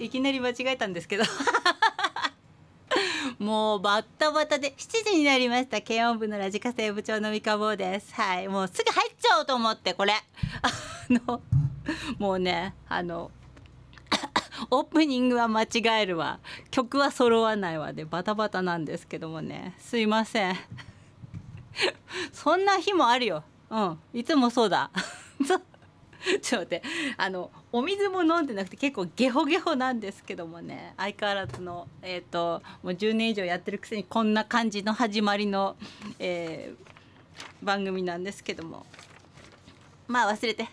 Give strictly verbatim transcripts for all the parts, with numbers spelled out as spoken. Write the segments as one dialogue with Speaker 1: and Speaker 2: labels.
Speaker 1: いきなり間違えたんですけどもうバッタバタでしちじになりました。軽音部のラジカセ部長のみかぼうです。はい、もうすぐ入っちゃおうと思ってこれあのもうねあのオープニングは間違えるわ、曲は揃わないわでバタバタなんですけどもね、すいませんそんな日もあるよ。うんいつもそうだちょっと待って、あのお水も飲んでなくて結構ゲホゲホなんですけどもね、相変わらずのえっ、ー、ともうじゅうねん以上やってるくせにこんな感じの始まりの、えー、番組なんですけども、まあ忘れて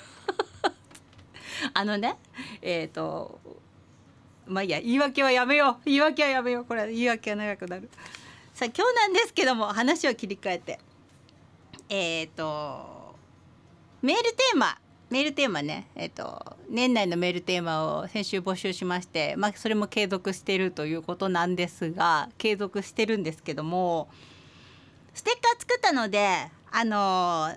Speaker 1: あのねえっ、ー、とまあいいや、言い訳はやめよう言い訳はやめようこれ言い訳は長くなる。さあ今日なんですけども、話を切り替えてえっ、ー、とメールテーマメールテーマね、えっと、年内のメールテーマを先週募集しまして、まあ、それも継続しているということなんですが、継続してるんですけども、ステッカー作ったので、あの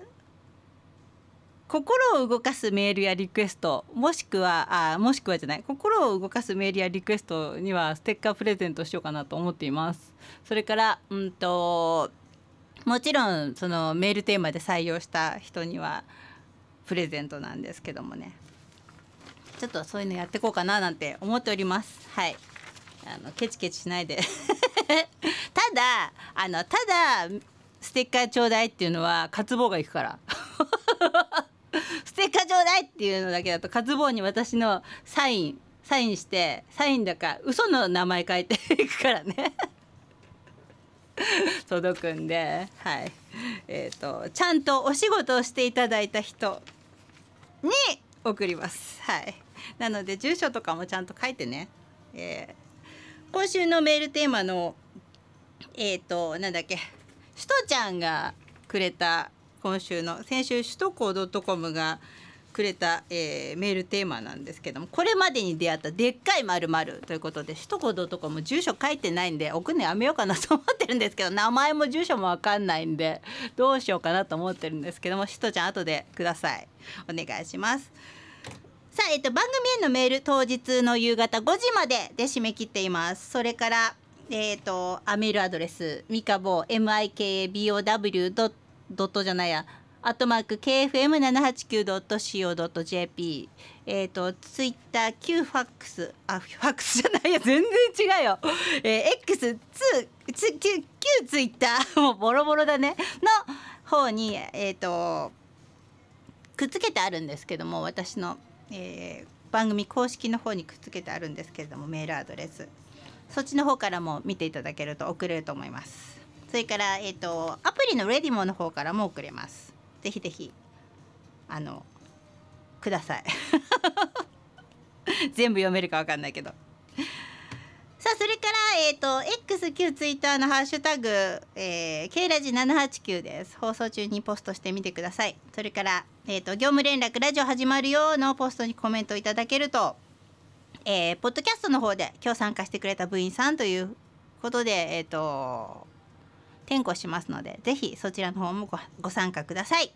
Speaker 1: 心を動かすメールやリクエスト、もしくはあもしくはじゃない心を動かすメールやリクエストにはステッカープレゼントしようかなと思っています。それからうんともちろんそのメールテーマで採用した人にはプレゼントなんですけどもね、ちょっとそういうのやっていこうかななんて思っております。はい、あのケチケチしないでただあのただステッカーちょうだいっていうのは渇望がいくからステッカーちょうだいっていうのだけだと渇望に私のサインサインしてサインだか嘘の名前書いていくからね届くんで、はいえーと、ちゃんとお仕事をしていただいた人に送ります。はい、なので住所とかもちゃんと書いてね、えー、今週のメールテーマのえっ、ー、となんだっけ、しとちゃんがくれた今週の先週首都高 .com がくれた、えー、メールテーマなんですけども、これまでに出会ったでっかい〇〇ということで、首都高 .com 住所書いてないんで送るのやめようかなと思ってるんですけど、名前も住所も分かんないんでどうしようかなと思ってるんですけども、しとちゃん後でください、お願いします。さあ、えっと、番組へのメール当日の夕方ごじまでで締め切っています。それからえっとメールアドレスみかぼう エムアイケービーオーダブリュー ドットじゃないやアットマーク ケーエフエムななはちきゅうドットシーオードットジェーピー、 えっ、ー、とツイッター Q ファックスあファックスじゃないや全然違うよ、えー、X ツー Q, Q ツイッターもうボロボロだねの方にえっ、ー、とくっつけてあるんですけども、私の、えー、番組公式の方にくっつけてあるんですけれども、メールアドレスそっちの方からも見ていただけると送れると思います。それから、えー、とアプリのレディモの方からも送れます。ぜひぜひあのください全部読めるか分かんないけど。さあそれから、えー、と X 旧ツイッターのハッシュタグ、えー、K ラジななはちきゅうです。放送中にポストしてみてください。それから、えー、と業務連絡ラジオ始まるよのポストにコメントいただけると、えー、ポッドキャストの方で今日参加してくれた部員さんということで、えー、と転校しますので、ぜひそちらの方も ご, ご参加ください。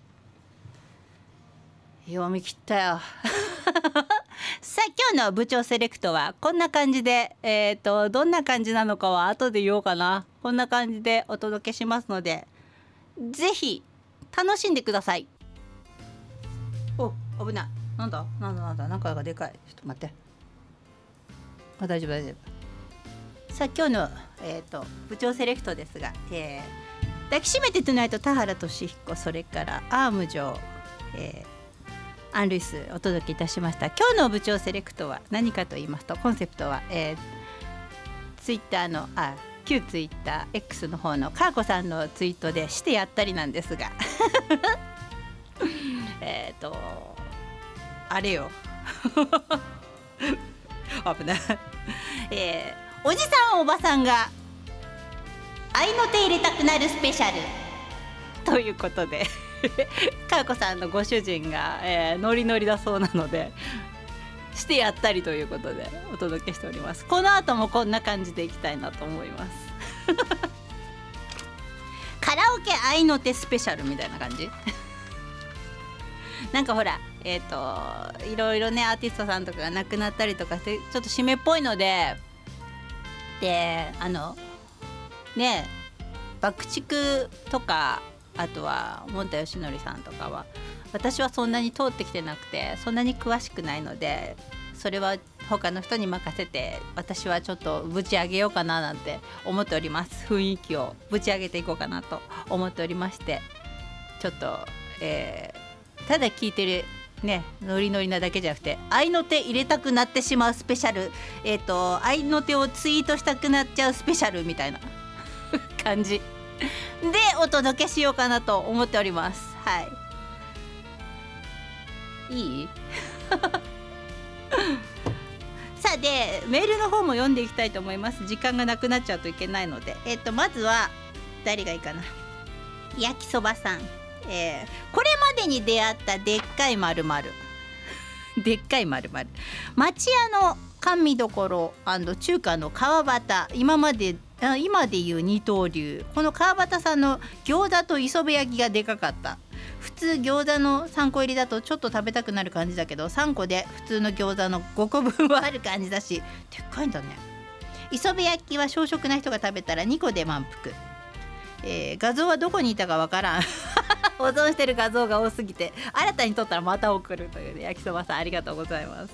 Speaker 1: 読み切ったよさあ今日の部長セレクトはこんな感じで、えーとどんな感じなのかは後で言おうかな。こんな感じでお届けしますので、ぜひ楽しんでください。お、危ない、なんだなんだなんだ、なんかがでかい、ちょっと待って、あ大丈夫大丈夫。さあ今日の、えーと部長セレクトですが、えー、抱きしめてトゥナイト田原俊彦、それからアーム城、えーアン・ルイスお届けいたしました。今日の部長セレクトは何かと言いますと、コンセプトは、えー、ツイッターのあ旧ツイッター X の方のカーコさんのツイートでしてやったりなんですがえっとあれよ危ない、えー、おじさんおばさんが愛の手入れたくなるスペシャルということでかーこさんのご主人が、えー、ノリノリだそうなのでしてやったりということでお届けしております。この後もこんな感じでいきたいなと思いますカラオケ愛の手スペシャルみたいな感じなんかほらえっ、ー、といろいろねアーティストさんとかが亡くなったりとかしてちょっと締めっぽいので、であのね爆竹とかあとはもんたよしのりさんとかは私はそんなに通ってきてなくてそんなに詳しくないので、それは他の人に任せて私はちょっとぶち上げようかななんて思っております。雰囲気をぶち上げていこうかなと思っておりまして、ちょっと、えー、ただ聞いてるねノリノリなだけじゃなくて合いの手入れたくなってしまうスペシャル、えっと合いの手をツイートしたくなっちゃうスペシャルみたいな感じでお届けしようかなと思っております。はいいいさあでメールの方も読んでいきたいと思います。時間がなくなっちゃうといけないので、えっとまずは誰がいいかな。焼きそばさん、えー、これまでに出会ったでっかいまるまるでっかいまるまる町屋の甘味どころ&中華の川端、今まで今でいう二刀流、この川端さんの餃子と磯辺焼きがでかかった。普通餃子のさんこ入りだとちょっと食べたくなる感じだけどさんこで普通の餃子のごこぶんはある感じだし、でっかいんだね。磯辺焼きは小食な人が食べたらにこで満腹、えー、画像はどこにいたかわからん保存してる画像が多すぎて新たに撮ったらまた送るという、ね、焼きそばさんありがとうございます。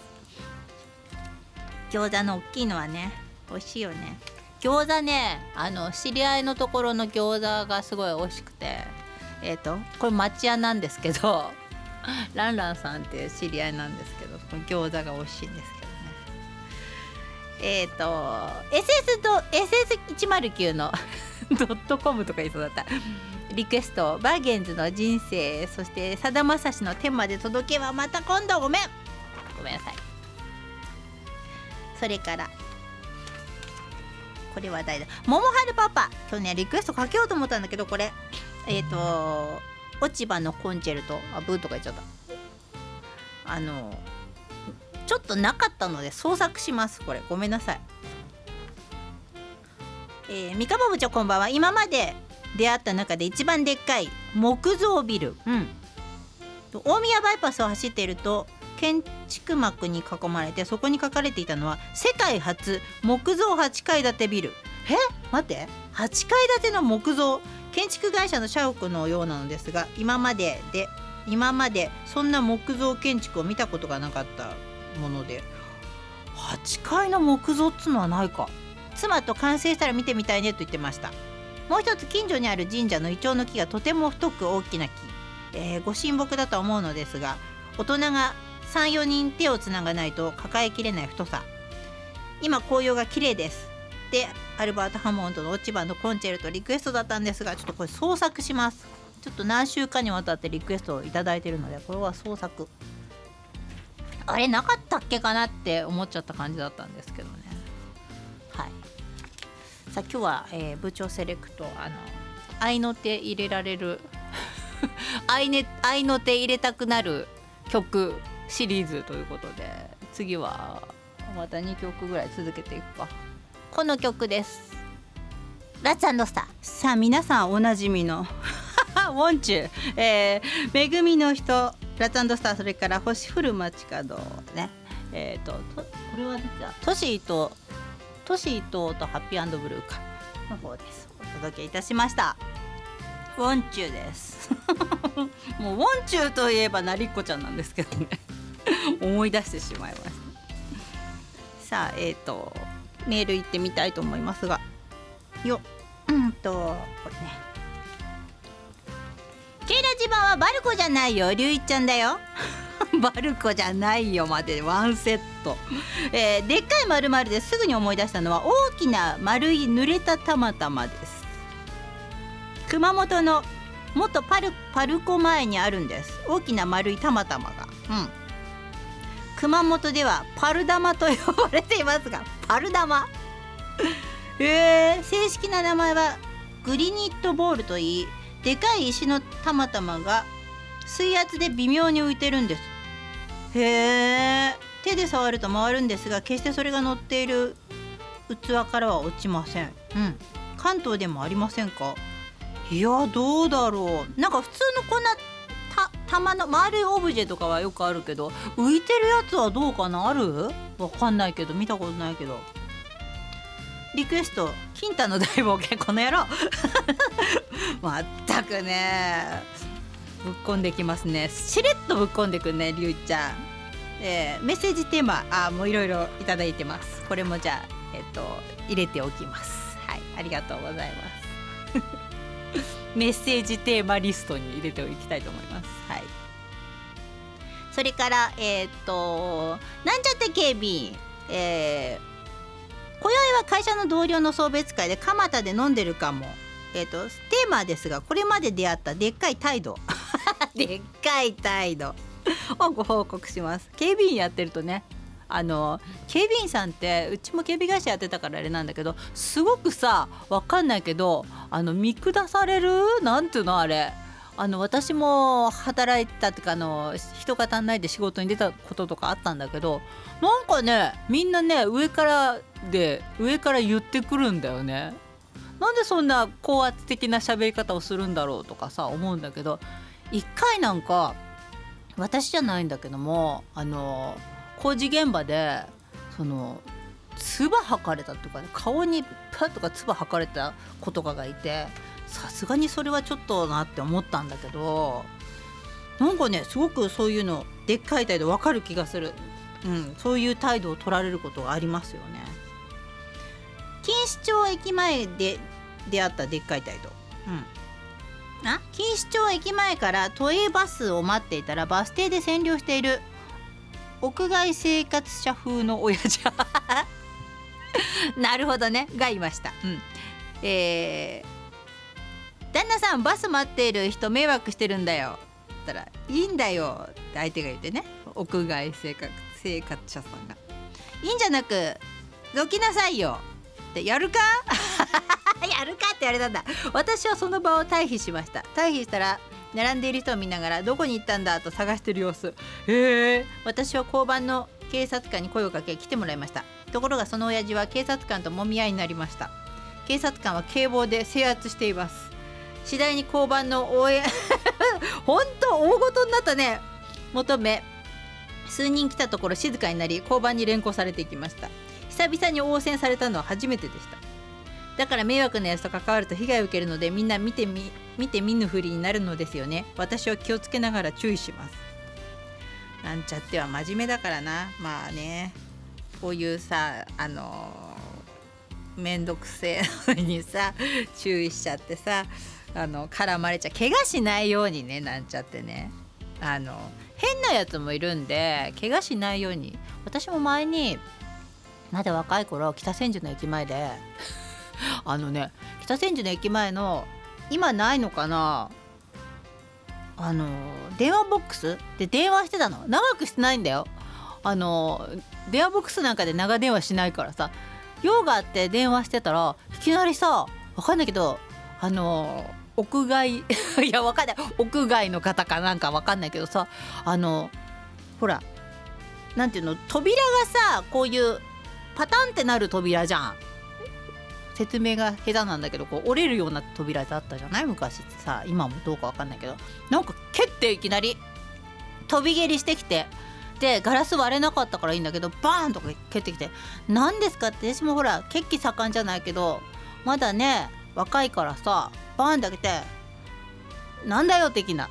Speaker 1: 餃子の大きいのはね美味しいよね。餃子ねあの知り合いのところの餃子がすごい美味しくて、えーとこれ町屋なんですけどランランさんっていう知り合いなんですけど、この餃子が美味しいんですけどね。えっ、ー、と エスエス と エスエスいちまるきゅう のドットコムとか言いそうだったリクエスト、バーゲンズの人生、そしてさだまさしの天まで届けはまた今度ごめんごめんなさい。それからこれは誰だ、桃春パパ、今日ねリクエストかけようと思ったんだけど、これえっ、ー、と落ち葉のコンチェルト、あブーとか言っちゃった、あのちょっとなかったので創作します。これごめんなさい。えー、三河部長こんばんは。今まで出会った中で一番でっかい木造ビル、うん、大宮バイパスを走っていると建築幕に囲まれて、そこに書かれていたのは世界初木造はちかい建てビル。え待ってはちかい建ての木造、建築会社の社屋のようなのですが、今までで今までそんな木造建築を見たことがなかったもので、はちかいの木造っつうのはないか。妻と完成したら見てみたいねと言ってました。もう一つ近所にある神社のイチョウの木がとても太く大きな木、えー、ご神木だと思うのですが、大人が さん,よ 人手をつながないと抱えきれない太さ。今紅葉が綺麗ですで、アルバート・ハモンドの落ち葉のコンチェルトリクエストだったんですが、ちょっとこれ創作します。ちょっと何週間にわたってリクエストをいただいているので、これは創作。あれなかったっけかなって思っちゃった感じだったんですけどね。はい。さあ今日は、えー、部長セレクト、あの合いの手入れられる合い、ね、合いの手入れたくなる曲シリーズということで、次はまたにきょくぐらい続けていくか。この曲です。ラッツ&スター。さあ皆さんおなじみのウォンチュー、えー、めぐみの人、ラッツ&スター、それから星降る街角ね、えーと、とこれは実はトシーとトシーととハッピー&ブルーかの方です。お届けいたしました。ウォンチューですもうウォンチューといえばなりっこちゃんなんですけどね思い出してしまいました。さあえっ、ー、とメール行ってみたいと思いますが、ようんとこれね、ケイラジ版はバルコじゃないよ、リュウイちゃんだよバルコじゃないよまでワンセット、えー、でっかい丸々ですぐに思い出したのは大きな丸い濡れたたまたまです。熊本の元パル、パルコ前にあるんです。大きな丸いたまたまが、うん、熊本ではパル玉と呼ばれていますが、パル玉えー、正式な名前はグリニットボールといい、でかい石のたまたまが水圧で微妙に浮いてるんです。へー、手で触ると回るんですが、決してそれが乗っている器からは落ちません。うん、関東でもありませんか。いやどうだろう、なんか普通のこんな玉の丸いオブジェとかはよくあるけど、浮いてるやつはどうかな、ある？わかんないけど、見たことないけど。リクエスト金太の大冒険、この野郎まったくね、ぶっこんできますね。しれっとぶっこんでくんね、りゅうちゃん。えー、メッセージテーマ、あ、もういろいろいただいてます。これもじゃあ、えっと、入れておきます。はい、ありがとうございますメッセージテーマリストに入れておきたいと思います。はい。それからえー、っとなんちゃって警備員、えー、今宵は会社の同僚の送別会で蒲田で飲んでるかも。えー、っとテーマですが、これまで出会ったでっかい態度でっかい態度をご報告します。警備員やってるとね、あの警備員さんって、うちも警備会社やってたからあれなんだけど、すごくさ、わかんないけど、あの見下される、なんていうのあれ、あの私も働いたっていうか、あの人が足んないで仕事に出たこととかあったんだけど、なんかね、みんなね、上からで上から言ってくるんだよね。なんでそんな高圧的な喋り方をするんだろうとかさ、思うんだけど、一回なんか私じゃないんだけども、あの工事現場でその唾吐かれたっていうかね、顔にパッとか唾吐かれた子とかがいて、さすがにそれはちょっとなって思ったんだけど、なんかね、すごくそういうのでっかい態度分かる気がする。うん、そういう態度を取られることがありますよね。錦糸町駅前で出会ったでっかい態度、うん、あ、錦糸町駅前から都営バスを待っていたら、バス停で占領している屋外生活者風の親父なるほどね、がいました。うん、えー、旦那さん、バス待っている人迷惑してるんだよって言ったら、いいんだよって相手が言ってね、屋外生活生活者さんが、いいんじゃなくどきなさいよって、やるかやるかって言われたんだ。私はその場を退避しました。退避したら、並んでいる人を見ながら、どこに行ったんだと探している様子。へえ。私は交番の警察官に声をかけ来てもらいました。ところがその親父は警察官ともみ合いになりました。警察官は警棒で制圧しています。次第に交番の応援本当大ごとになったね。求め、数人来たところ静かになり、交番に連行されていきました。久々に応戦されたのは初めてでした。だから迷惑なやつと関わると被害を受けるので、みんな見てみ見て見ぬふりになるのですよね。私は気をつけながら注意します。なんちゃっては真面目だからな。まあね、こういうさ、あのー、めんどくせえのにさ、注意しちゃってさ、あの絡まれちゃう、怪我しないようにね、なんちゃってね、あの変なやつもいるんで、怪我しないように。私も前にまだ若い頃、北千住の駅前であのね、北千住の駅前の、今ないのかな、あの電話ボックスで電話してたの。長くしてないんだよ。あの電話ボックスなんかで長電話しないからさ、用があって電話してたら、いきなりさ、わかんないけど、あの屋外いやわかんない、屋外の方かなんかわかんないけどさ、あのほら、なんていうの、扉がさ、こういうパタンってなる扉じゃん。説明が下手なんだけど、こう折れるような扉だったじゃない、昔ってさ。今もどうかわかんないけど、なんか蹴っていきなり飛び蹴りしてきて、でガラス割れなかったからいいんだけど、バーンとか蹴ってきて、何ですかって。私もほら血気盛んじゃないけど、まだね若いからさ、バーンって開けて、なんだよ的な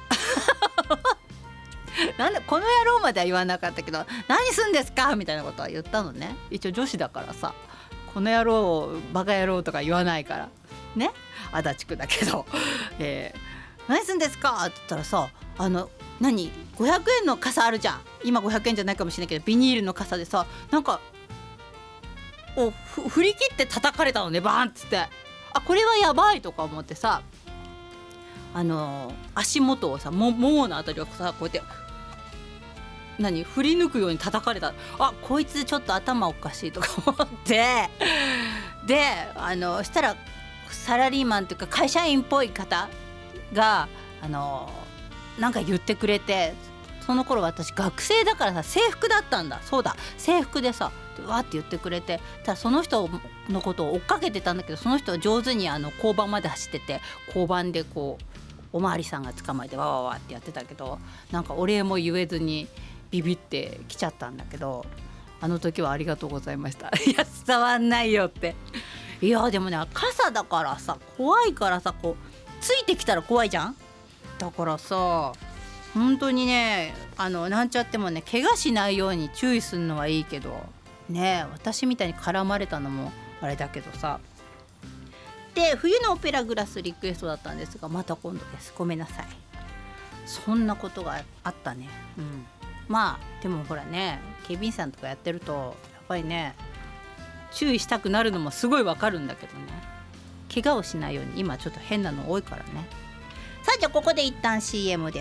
Speaker 1: なんでこの野郎までは言わなかったけど、何すんですかみたいなことは言ったのね。一応女子だからさ、この野郎バカ野郎とか言わないからね、足立区だけど、えー、何すんですかって言ったらさ、あの何ごひゃくえんの傘あるじゃん。今ごひゃくえんじゃないかもしれないけど、ビニールの傘でさ、なんかお振り切って叩かれたのね、バーンっつって。あ、これはやばいとか思ってさ、あのー、足元をさ、ももものあたりをさ、こうやって何振り抜くように叩かれた。あ、こいつちょっと頭おかしいとか思ってで、あのしたらサラリーマンっていうか会社員っぽい方が、あのなんか言ってくれて、その頃私学生だからさ、制服だったんだ。そうだ、制服でさ、わって言ってくれて、ただその人のことを追っかけてたんだけど、その人は上手にあの交番まで走ってて、交番でこうおまわりさんが捕まえてわわわってやってたけど、なんかお礼も言えずにビビって来ちゃったんだけど、あの時はありがとうございましたいや伝わんないよって。いやでもね、傘だからさ、怖いからさ、こうついてきたら怖いじゃん。だからさ本当にね、あのなんちゃってもね、怪我しないように注意するのはいいけどね、私みたいに絡まれたのもあれだけどさ。で冬のオペラグラスリクエストだったんですが、また今度です。ごめんなさい。そんなことがあったね。うん、まあでもほらね、警備員さんとかやってるとやっぱりね、注意したくなるのもすごいわかるんだけどね、怪我をしないように今ちょっと変なの多いからね。さあじゃあここで一旦 シーエム です。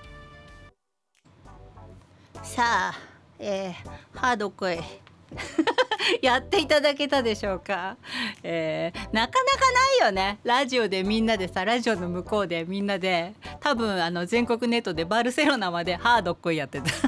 Speaker 1: さあ、えー、ハードコイやっていただけたでしょうか。えー、なかなかないよね、ラジオでみんなでさ、ラジオの向こうでみんなで、多分あの全国ネットでバルセロナまでハードコイやってた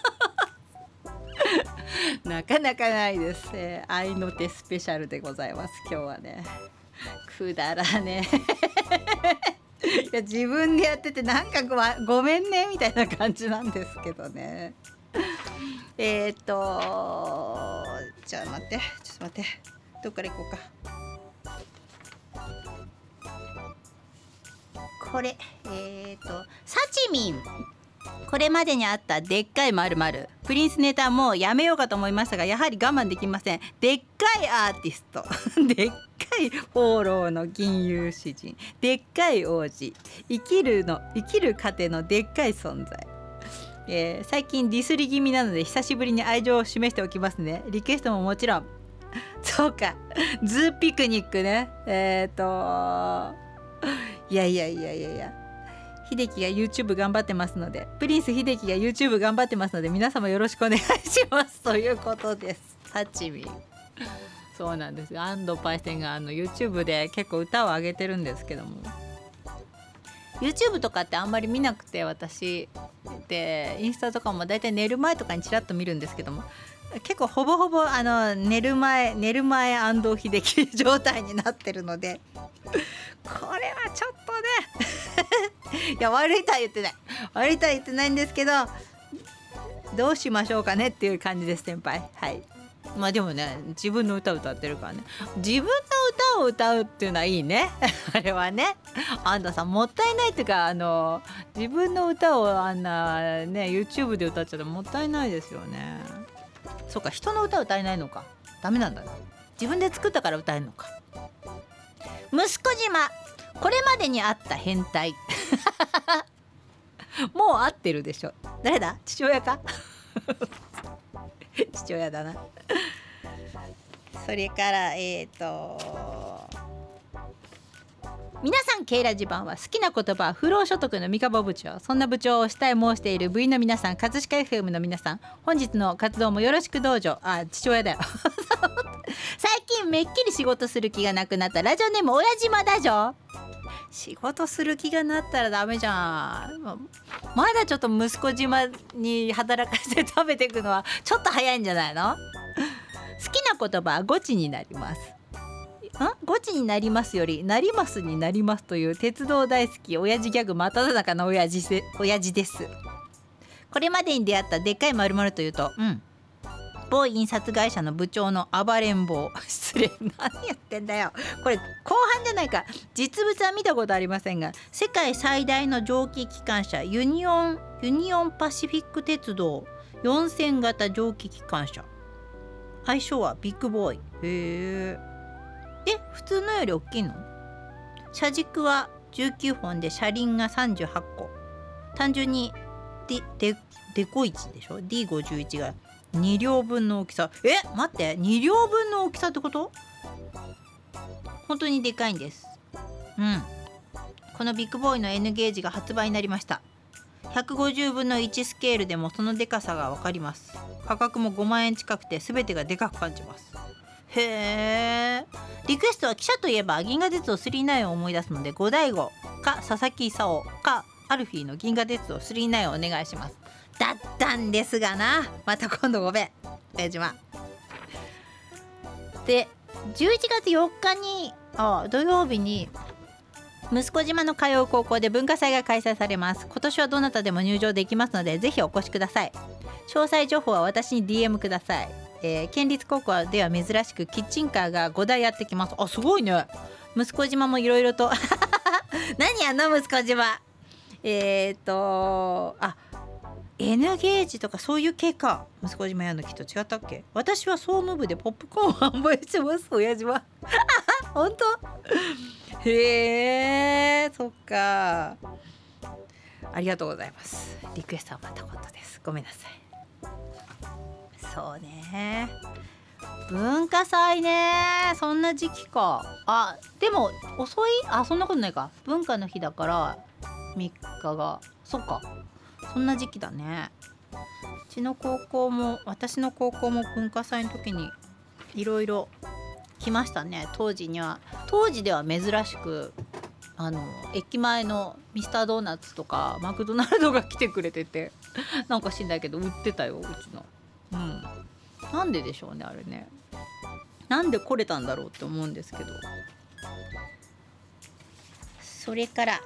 Speaker 1: なかなかないです。えー、愛の手スペシャルでございます。今日はね、くだらねいや自分でやっててなんか ご, ごめんねみたいな感じなんですけどね。えっとじゃあ待って、ちょっと待って、どっから行こうか。これえっとサチミン、これまでにあったでっかい〇〇プリンスネタもうやめようかと思いましたが、やはり我慢できません。でっかいアーティストでっかいフォローの銀融詩人、でっかい王子、生きるの生きる糧のでっかい存在。えー、最近ディスり気味なので久しぶりに愛情を示しておきますね。リクエストももちろん。そうか、ズーピクニックね。えっといやいやいやいやいや、秀樹が YouTube 頑張ってますので、プリンス秀樹が YouTube 頑張ってますので、皆様よろしくお願いしますということです。サチミン、そうなんです。安藤パイセンがあの YouTube で結構歌を上げてるんですけども、 YouTube とかってあんまり見なくて、私でインスタとかもだいたい寝る前とかにちらっと見るんですけども、結構ほぼほぼあの寝る前寝る前安藤秀樹状態になってるのでこれはちょっとねいや悪いとは言ってない悪いとは言ってないんですけど、どうしましょうかねっていう感じです、先輩。はい。まあでもね、自分の歌歌ってるからね、自分の歌を歌うっていうのはいいねあれはね、あんたさんもったいないっていうか、あの自分の歌をあんなね YouTube で歌っちゃってもったいないですよね。そうか、人の歌歌えないのか、ダメなんだな、自分で作ったから歌えるのか。息子島、これまでにあった変態もう合ってるでしょ。誰だ、父親か父親だな。それからえっ、ー、と皆さん、ケイラジ版は好きな言葉は不労所得の三河部長。そんな部長をしたい申している部員の皆さん、葛飾 エフエム の皆さん、本日の活動もよろしくどうぞ。あ、父親だよ最近めっきり仕事する気がなくなったラジオネーム親島だじょ。仕事する気がなったらダメじゃん。まだちょっと息子島に働かせて食べていくのはちょっと早いんじゃないの。好きな言葉はゴチになります。んゴチになりますよりなりますになりますという鉄道大好き親父ギャグ真っ只中の親父せ親父です。これまでに出会ったでっかい〇〇というと、うん某印刷会社の部長の暴れん坊失礼、何言ってんだよ、これ後半じゃないか。実物は見たことありませんが、世界最大の蒸気機関車ユニオンユニオンパシフィック鉄道よんせん型蒸気機関車、愛称はビッグボーイ。へー、え、普通のより大きいの？車軸はじゅうきゅうほんで車輪がさんじゅうはっこ。単純にデデデコイチでしょ。 ディーごじゅういち がに両分の大きさ。え、待って、に両分の大きさってこと？本当にでかいんです。うん。このビッグボーイの N ゲージが発売になりました。ひゃくごじゅうぶんのいちスケールでもそのでかさがわかります。価格もごまんえん近くて全てがでかく感じます。へー。リクエストは記者といえば銀河鉄道スリーナインを思い出すので、五大悟か佐々木功かアルフィーの銀河鉄道スリーナインをお願いします。だったんですがな、また今度ごめん親島でじゅういちがつよっかにあ土曜日に息子島の通う高校で文化祭が開催されます。今年はどなたでも入場できますのでぜひお越しください。詳細情報は私に ディーエム ください。えー、県立高校では珍しくキッチンカーがごだいやってきます。あ、すごいね。息子島もいろいろと何やんの息子島。えー、っとあ N ゲージとかそういう系か。息子島やんのきっと違ったっけ。私は総務部でポップコーンを販売してます。親父は本当。へえ、そっか。ありがとうございます。リクエストはまた今度です。ごめんなさい。そうね、文化祭ね、そんな時期か。あ、でも遅い。あ、そんなことないか。文化の日だからみっかが、そっか、そんな時期だね。うちの高校も、私の高校も文化祭の時にいろいろ来ましたね。当時には、当時では珍しくあの駅前のミスタードーナツとかマクドナルドが来てくれててなんか知んないけど売ってたよ、うちの。うん、なんででしょうね、あれね。なんで来れたんだろうって思うんですけど。それから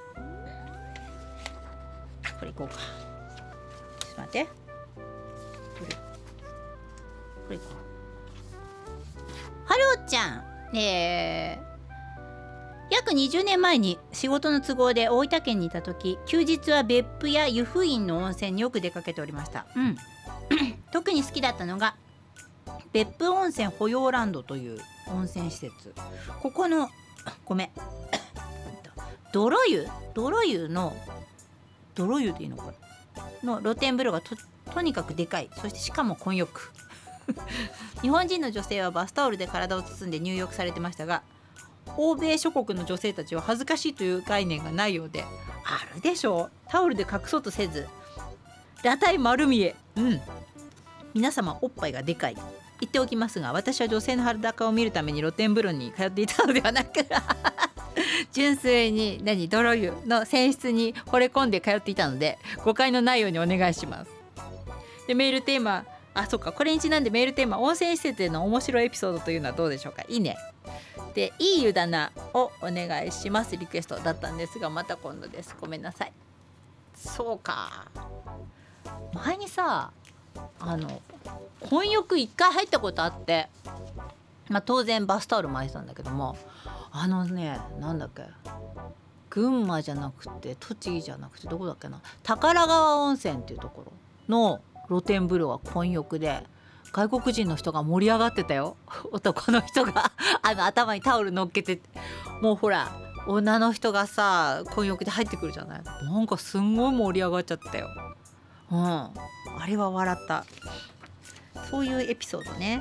Speaker 1: これいこうか。ちょっと待って、これこれいこう。はるおちゃん、えー約にじゅうねんまえに仕事の都合で大分県にいた時、休日は別府や湯布院の温泉によく出かけておりました。うん特に好きだったのが別府温泉保養ランドという温泉施設。ここのごめん泥湯泥湯の泥湯でいいのこれの露天風呂が と, とにかくでかい。そしてしかも混浴日本人の女性はバスタオルで体を包んで入浴されてましたが、欧米諸国の女性たちは恥ずかしいという概念がないようで、あるでしょう。タオルで隠そうとせず裸体丸見え。うん皆様おっぱいがでかい。言っておきますが、私は女性の裸を見るために露天風呂に通っていたのではなく純粋に何泥湯の泉質に惚れ込んで通っていたので、誤解のないようにお願いします。でメールテーマ、あ、そっか、これにちなんでメールテーマ、温泉施設での面白いエピソードというのはどうでしょうか。いいね。でいい湯だなをお願いします。リクエストだったんですが、また今度です。ごめんなさい。そうか、前にさあの混浴いっかい入ったことあって、まあ、当然バスタオル巻いてたんだけども、あのね、なんだっけ、群馬じゃなくて栃木じゃなくてどこだっけな、宝川温泉っていうところの露天風呂は混浴で、外国人の人が盛り上がってたよ。男の人があの頭にタオル乗っけて、もうほら女の人がさ混浴で入ってくるじゃない。なんかすんごい盛り上がっちゃったよ。うん、あれは笑った。そういうエピソードね。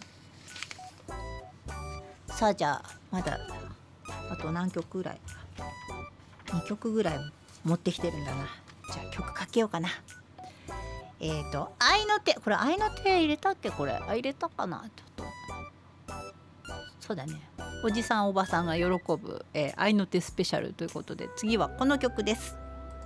Speaker 1: さあじゃあまだあと何曲ぐらい、にきょくぐらい持ってきてるんだな。じゃあ曲かけようかな。えーと愛の手、これ愛の手入れたっけ、これあ入れたかな。ちょっとそうだね、おじさんおばさんが喜ぶ、えー、愛の手スペシャルということで、次はこの曲です。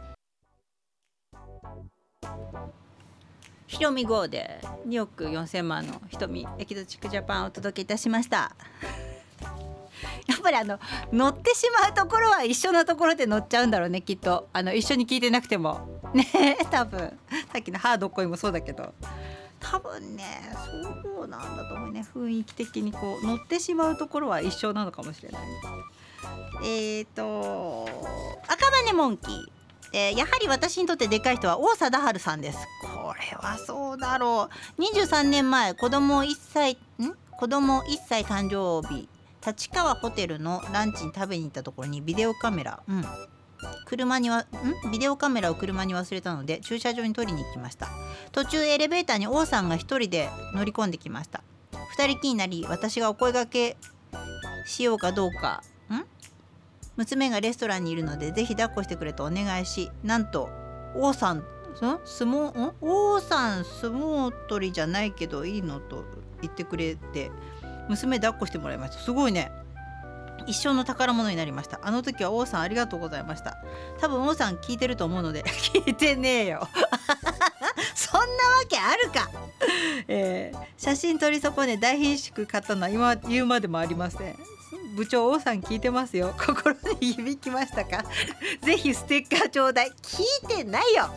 Speaker 1: ひろみ号でにおくよんせんまんの瞳エキゾチックジャパンをお届けいたしました。やっぱりあの乗ってしまうところは一緒のところで乗っちゃうんだろうね、きっと。あの一緒に聞いてなくてもね、多分さっきのハード恋もそうだけど、多分ねそうなんだと思うね。雰囲気的にこう乗ってしまうところは一緒なのかもしれない。えーと赤羽モンキー、えー、やはり私にとってでかい人は王貞治さんです。これはそうだろう。にじゅうさんねんまえ、子供いっさいん子供いっさい誕生日、立川ホテルのランチに食べに行ったところにビデオカメラ、うん、車にはんビデオカメラを車に忘れたので駐車場に取りに行きました。途中エレベーターに王さんが一人で乗り込んできました。二人きりになり、私がお声掛けしようかどうか、ん娘がレストランにいるのでぜひ抱っこしてくれとお願いし、なんと王さん相撲ん王さん相撲取りじゃないけどいいのと言ってくれて、娘抱っこしてもらいました。すごいね、一生の宝物になりました。あの時は王さんありがとうございました。多分王さん聞いてると思うので聞いてねえよそんなわけあるか、えー、写真撮り損ね大品種買ったのは今言うまでもありません。 部長王さん聞いてますよ。心に響きましたか？ぜひステッカーちょうだい。聞いてないよ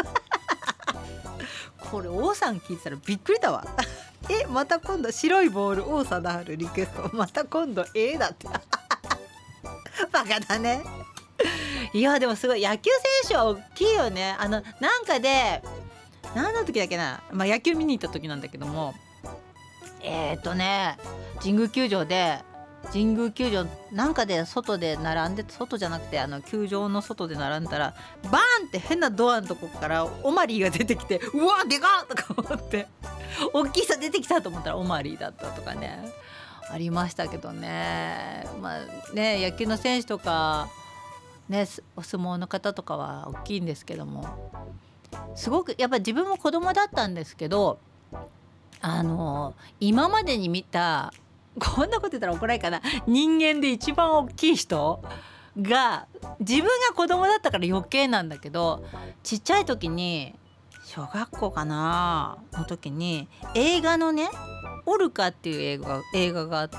Speaker 1: これ王さん聞いてたらびっくりだわえ、また今度白いボール王貞治リクエスト、また今度 A だってバカだね。いやでもすごい、野球選手は大きいよね。あのなんかで何の時だっけな、まあ、野球見に行った時なんだけども、えー、っとね神宮球場で神宮球場なんかで外で並んで、外じゃなくてあの球場の外で並んだらバーンって変なドアのとこからオマリーが出てきて、うわでかっとか思って大きい人出てきたと思ったらオマリーだったとかね、ありましたけどね。まあね、野球の選手とかね、お相撲の方とかは大きいんですけども、すごくやっぱ自分も子供だったんですけど、あの今までに見た、こんなこと言ったら怒られるかな、人間で一番大きい人が自分が子供だったから余計なんだけど、ちっちゃい時に小学校かなの時に映画のねオルカっていう映画映画があって、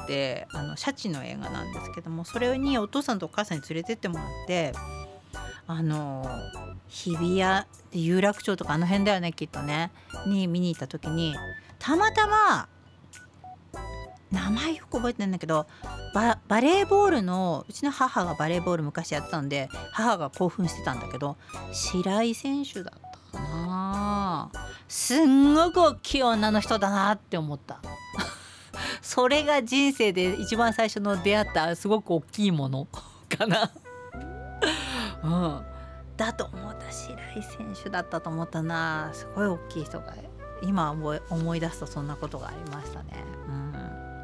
Speaker 1: あのシャチの映画なんですけども、それにお父さんとお母さんに連れてってもらって、あの日比谷有楽町とかあの辺だよねきっとねに見に行った時に、たまたま名前よく覚えてないんだけど、 バ, バレーボールのうちの母がバレーボール昔やってたんで母が興奮してたんだけど、白井選手だったかな。すんごく大きい女の人だなって思ったそれが人生で一番最初の出会ったすごく大きいものかなうん、だと思った。白井選手だったと思ったな。すごい大きい人が今思い出すとそんなことがありましたね。うん、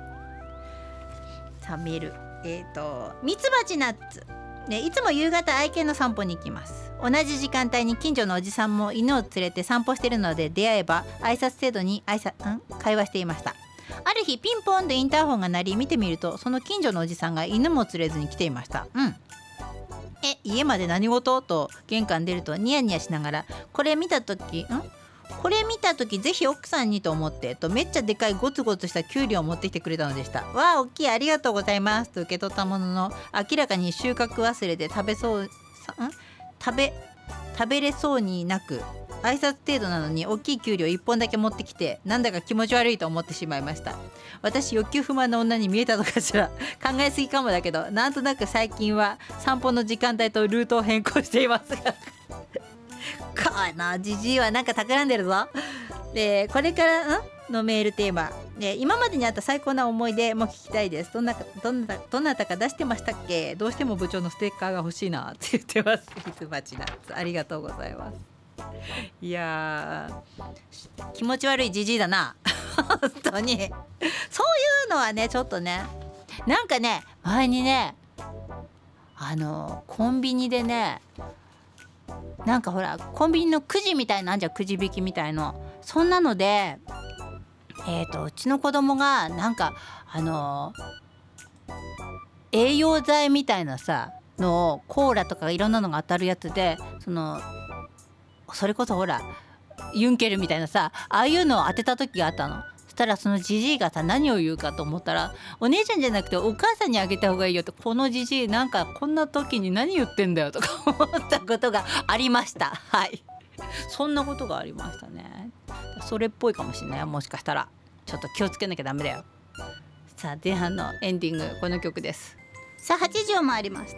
Speaker 1: さあメール、えーとミツバチナッツ、ね、いつも夕方愛犬の散歩に行きます。同じ時間帯に近所のおじさんも犬を連れて散歩しているので、出会えば挨拶程度に挨拶、ん会話していました。ある日ピンポンでインターホンが鳴り、見てみるとその近所のおじさんが犬も連れずに来ていました。うん、え家まで何事と玄関出るとニヤニヤしながら、これ見た時んこれ見た時ぜひ奥さんにと思ってと、めっちゃでかいゴツゴツしたキュウリを持ってきてくれたのでした。わあ大きい、ありがとうございますと受け取ったものの、明らかに収穫忘れて食べそうん食べ食べれそうになく、挨拶程度なのに大きいキュウリをいっぽんだけ持ってきて、なんだか気持ち悪いと思ってしまいました。私欲求不満な女に見えたのかしら。考えすぎかもだけど、なんとなく最近は散歩の時間帯とルートを変更していますがこのジジイはなんか企んでるぞ。でこれからんのメールテーマ、で今までにあった最高な思い出も聞きたいです。どんなどんなどなたか出してましたっけ。どうしても部長のステッカーが欲しいなって言ってます。ミツバチナッツ、ありがとうございます。いや気持ち悪いジジイだな本当に。そういうのはねちょっとね、なんかね前にねあのコンビニでね、なんかほらコンビニのくじみたいなんじゃ、くじ引きみたいの、そんなのでえーとうちの子供がなんかあの栄養剤みたいなさのをコーラとかいろんなのが当たるやつで、そのそれこそほらユンケルみたいなさ、ああいうのを当てた時があったの。そしたらそのジジイがさ何を言うかと思ったら、お姉ちゃんじゃなくてお母さんにあげた方がいいよと。このジジイなんかこんな時に何言ってんだよとか思ったことがありました。はいそんなことがありましたね。それっぽいかもしれない。もしかしたらちょっと気をつけなきゃダメだよ。さあ前半のエンディングこの曲です。さあはちじを回りました、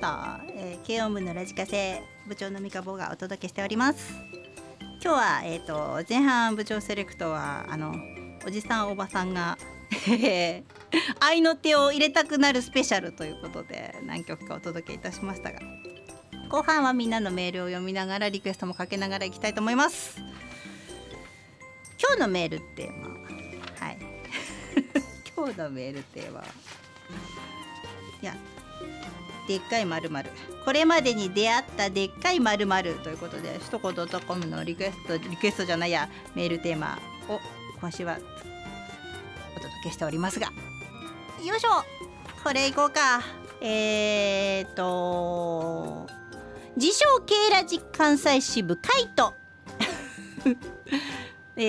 Speaker 1: えー、軽音部のラジカセ部長のみかぼがお届けしております。今日は、えー、と前半部長セレクトはあのおじさんおばさんが愛の手を入れたくなるスペシャルということで何曲かお届けいたしましたが、後半はみんなのメールを読みながらリクエストもかけながらいきたいと思います。今日のメールテーマはい今日のメールテーマいやでっかい〇〇、これまでに出会ったでっかい〇〇ということで、首都高 .com のリクエストリクエストじゃないやメールテーマを今週はお届けしておりますが、よいしょこれいこうか。えーと自称Kラジ関西支部カイトえー、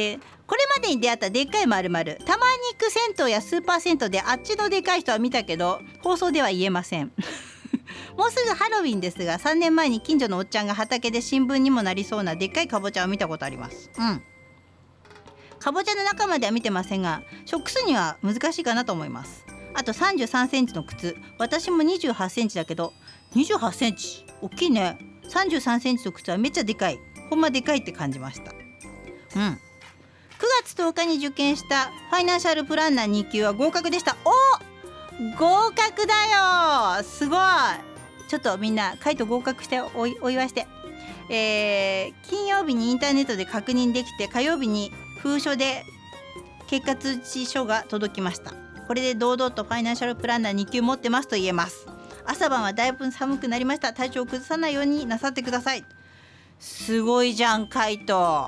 Speaker 1: これまでに出会ったでっかい〇〇、たまに行く銭湯やスーパー銭湯であっちのでかい人は見たけど放送では言えませんもうすぐハロウィンですが、さんねんまえに近所のおっちゃんが畑で新聞にもなりそうなでっかいかぼちゃを見たことあります。うん、かぼちゃの中までは見てませんがショック数には難しいかなと思います。あとさんじゅうさんセンチの靴、私もにじゅうはちセンチだけどにじゅうはちセンチ大きいね。さんじゅうさんセンチの靴はめっちゃでかい、ほんまでかいって感じました。うん、くがつとおかに受験したファイナンシャルプランナーに級は合格でした。お合格だよ、すごい。ちょっとみんなカイト合格して お, お祝いして、えー、金曜日にインターネットで確認できて火曜日に封書で結果通知書が届きました。これで堂々とファイナンシャルプランナーに級持ってますと言えます。朝晩はだいぶ寒くなりました。体調を崩さないようになさってください。すごいじゃんカイト。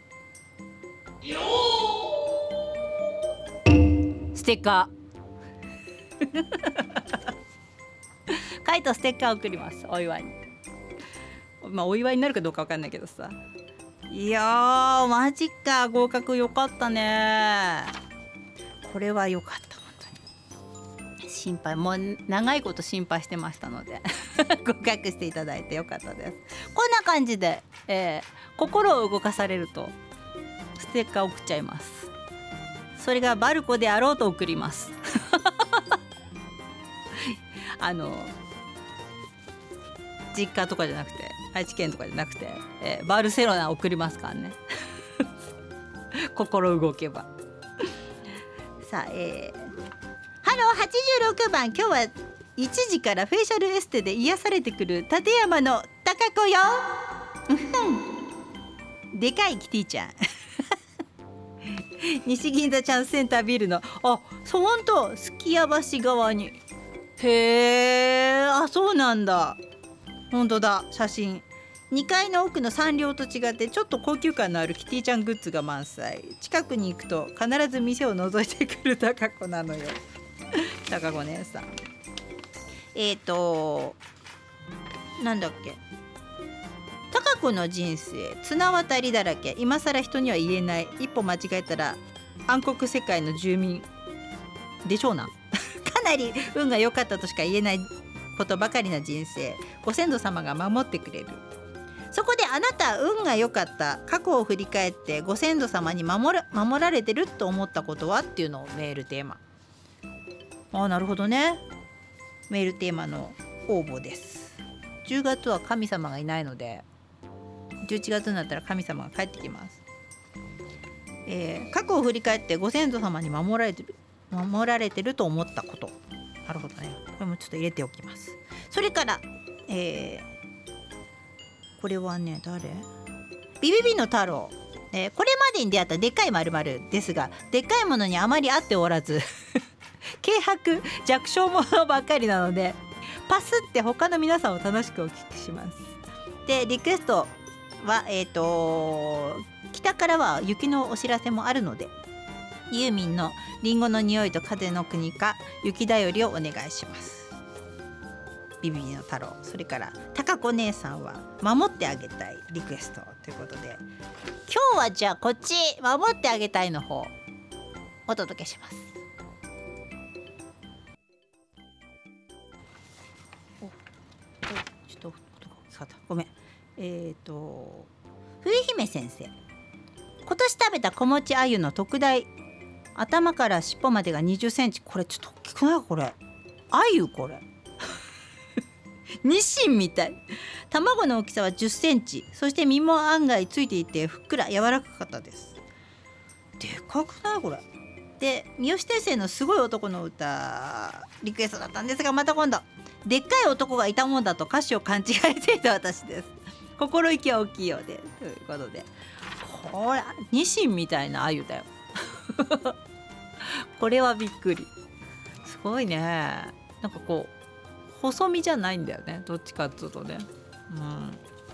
Speaker 1: ステッカーカイトステッカー送ります、お祝いに。まあお祝いになるかどうかわかんないけどさ。いやーマジか、合格よかったね。これはよかった、本当に。心配、もう長いこと心配してましたので合格していただいてよかったです。こんな感じで、えー、心を動かされるとステッカー送っちゃいます。それがバルコであろうと送りますあの実家とかじゃなくて愛知県とかじゃなくて、えー、バルセロナ送りますからね心動けばさあ、えー、ハローはちじゅうろくばん、今日はいちじからフェイシャルエステで癒されてくる立山の高子よでかいキティちゃん西銀座チャンスセンタービルの、あ、そう、ほんとすきや橋側に。へー、あ、そうなんだ。ほんとだ、写真。にかいの奥のサンリオと違ってちょっと高級感のあるキティちゃんグッズが満載。近くに行くと必ず店を覗いてくる高子なのよ高子姉さん。えーとなんだっけ、高子の人生綱渡りだらけ、今更人には言えない、一歩間違えたら暗黒世界の住民でしょうなかなり運が良かったとしか言えないことばかりな人生、ご先祖様が守ってくれる。そこであなた運が良かった過去を振り返ってご先祖様に守ら、守られてると思ったことはっていうのをメールテーマ。ああ、なるほどね。メールテーマの応募です。じゅうがつは神様がいないのでじゅういちがつになったら神様が帰ってきます。えー、過去を振り返ってご先祖様に守られてる守られてると思ったこと。なるほどね。これもちょっと入れておきます。それから、えー、これはね、誰？ビビビの太郎、えー、これまでに出会ったでっかい〇〇ですが、でっかいものにあまり合っておらず軽薄弱小者ばっかりなのでパスって他の皆さんを楽しくお聞きします。でリクエストは、えーと北からは雪のお知らせもあるので、ユーミンのリンゴの匂いと風の国か雪だよりをお願いします。ビビビの太郎、それから高子姉さんは守ってあげたいリクエストということで、今日はじゃあこっち守ってあげたいの方お届けします。おおちょっと音が大きかった、ごめん。えっ、ー、と冬姫先生、今年食べた子持ち鮎の特大、頭から尻尾までがにじゅっセンチ、これちょっと大きくない？これ鮎、これニシンみたい。卵の大きさはじゅっセンチ、そして身も案外ついていてふっくら柔らかかったです。でかくないこれ。で三好先生のすごい男の歌リクエストだったんですが、また今度でっかい男がいたもんだと歌詞を勘違いしていた私です。心意気は大きいようで、ということで、これニシンみたいな鮎だよこれはびっくり。すごいね。なんかこう細身じゃないんだよね、どっちかっていうとね。うん、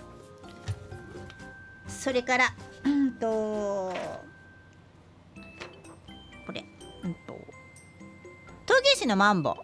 Speaker 1: それからうんとこれうんと陶芸師のマンボ、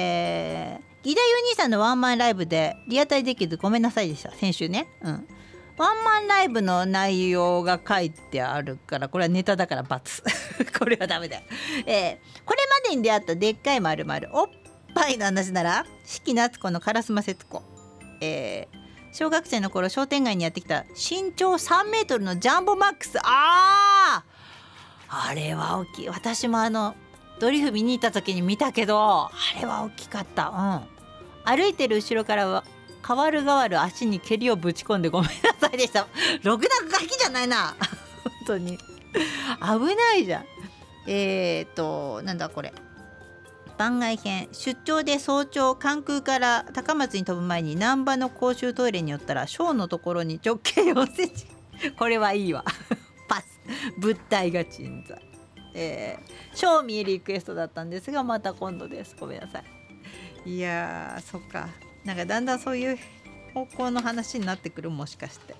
Speaker 1: えー、義太夫兄さんのワンマンライブでリアタイできずごめんなさいでした、先週ね。うん、 ワンマンライブの内容が書いてあるから、これはネタだから×これはダメだよ、えー、これまでに出会ったでっかい〇〇、おっぱいの話なら四季夏子の烏丸節子、えー小学生の頃商店街にやってきた身長さんメートルのジャンボマックス。あーあれは大きい。私もあのドリフ見に行った時に見たけど、あれは大きかった。うん歩いてる後ろからは変わる変わる足に蹴りをぶち込んでごめんなさいでした。ろくなガキじゃないな本当に危ないじゃん。えー、っとなんだこれ、番外編。出張で早朝関空から高松に飛ぶ前に難波の公衆トイレに寄ったらショーのところに直径よんセンチこれはいいわパス。物体が鎮座、えー、ショー見えリクエストだったんですがまた今度です。ごめんなさい。いやーそっか、なんかだんだんそういう方向の話になってくる、もしかして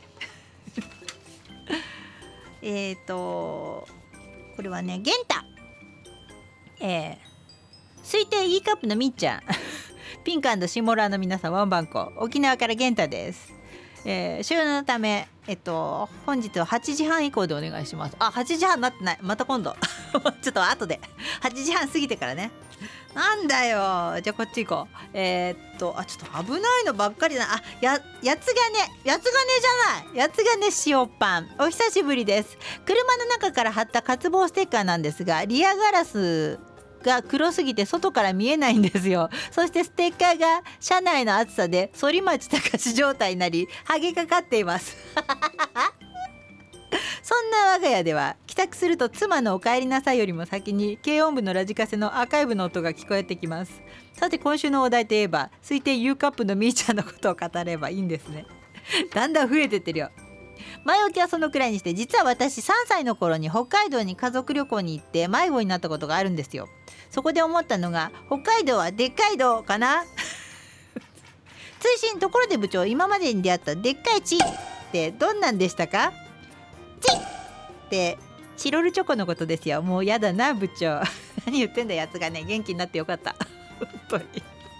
Speaker 1: えっとこれはねゲンタ、えー推定 E カップのみっちゃんピンク&シモラーの皆さん、ワンバンコ沖縄からゲンタです。えー、収納のため、えっと本日ははちじはん以降でお願いします。あ、はちじはんなってない、また今度ちょっと後ではちじはん過ぎてからね。なんだよ、じゃあこっち行こう。えー、っとあちょっと危ないのばっかりだ。あややつがねやつがねじゃないやつがね塩パン、お久しぶりです。車の中から貼った渇望ステッカーなんですが、リアガラスが黒すぎて外から見えないんですよ。そしてステッカーが車内の暑さで反町隆史状態になり剥げかかっていますそんな我が家では帰宅すると妻のお帰りなさいよりも先に軽音部のラジカセのアーカイブの音が聞こえてきます。さて今週のお題といえば推定 U カップのみーちゃんのことを語ればいいんですねだんだん増えてってるよ。前置きはそのくらいにして、実は私さんさいの頃に北海道に家族旅行に行って迷子になったことがあるんですよ。そこで思ったのが、北海道はでっかい道かな追伸、ところで部長、今までに出会ったでっかいチってどんなんでしたか？チってチロルチョコのことですよ。もうやだな部長何言ってんだやつがね。元気になってよかった本当に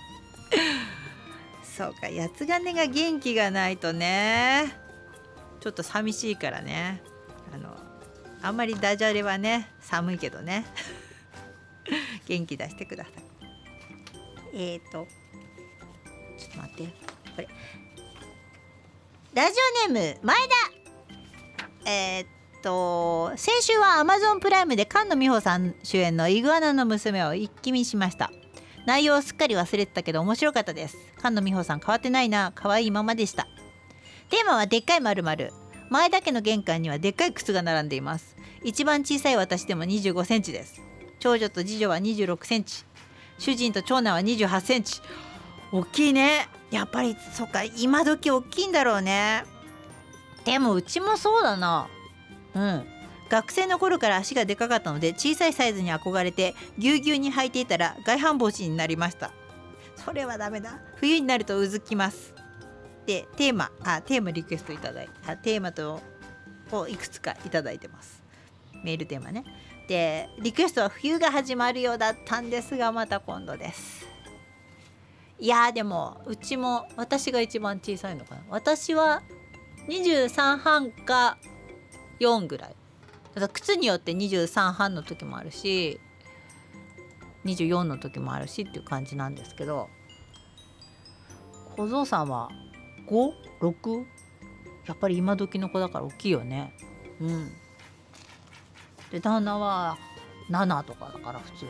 Speaker 1: そうか、やつがねが元気がないとねちょっと寂しいからね。あのあんまりダジャレはね寒いけどね元気出してください。えーとちょっと待って、これラジオネーム前田。えー、っと先週は Amazon プライムで菅野美穂さん主演のイグアナの娘を一気見しました。内容をすっかり忘れてたけど面白かったです。菅野美穂さん変わってないな、可愛いままでした。テーマはでっかい〇〇。前田家の玄関にはでっかい靴が並んでいます。一番小さい私でもにじゅうごセンチです。長女と次女はにじゅうろくセンチ、主人と長男はにじゅうはちセンチ。大きいね。やっぱりそっか、今時大きいんだろうね。でもうちもそうだな。うん学生の頃から足がでかかったので小さいサイズに憧れてぎゅうぎゅうに履いていたら外反母趾になりました。それはダメだ。冬になるとうずきます。でテーマあテーマリクエストいただいたテーマとをいくつかいただいてます。メールテーマね。でリクエストは冬が始まるようだったんですがまた今度です。いやでもうちも私が一番小さいのかな。私はにじゅうさん半かよんぐらいだから靴によってにじゅうさん半の時もあるしにじゅうよんの時もあるしっていう感じなんですけど、小僧さんはご、ろくやっぱり今時の子だから大きいよね。うんで旦那はななとかだから普通に。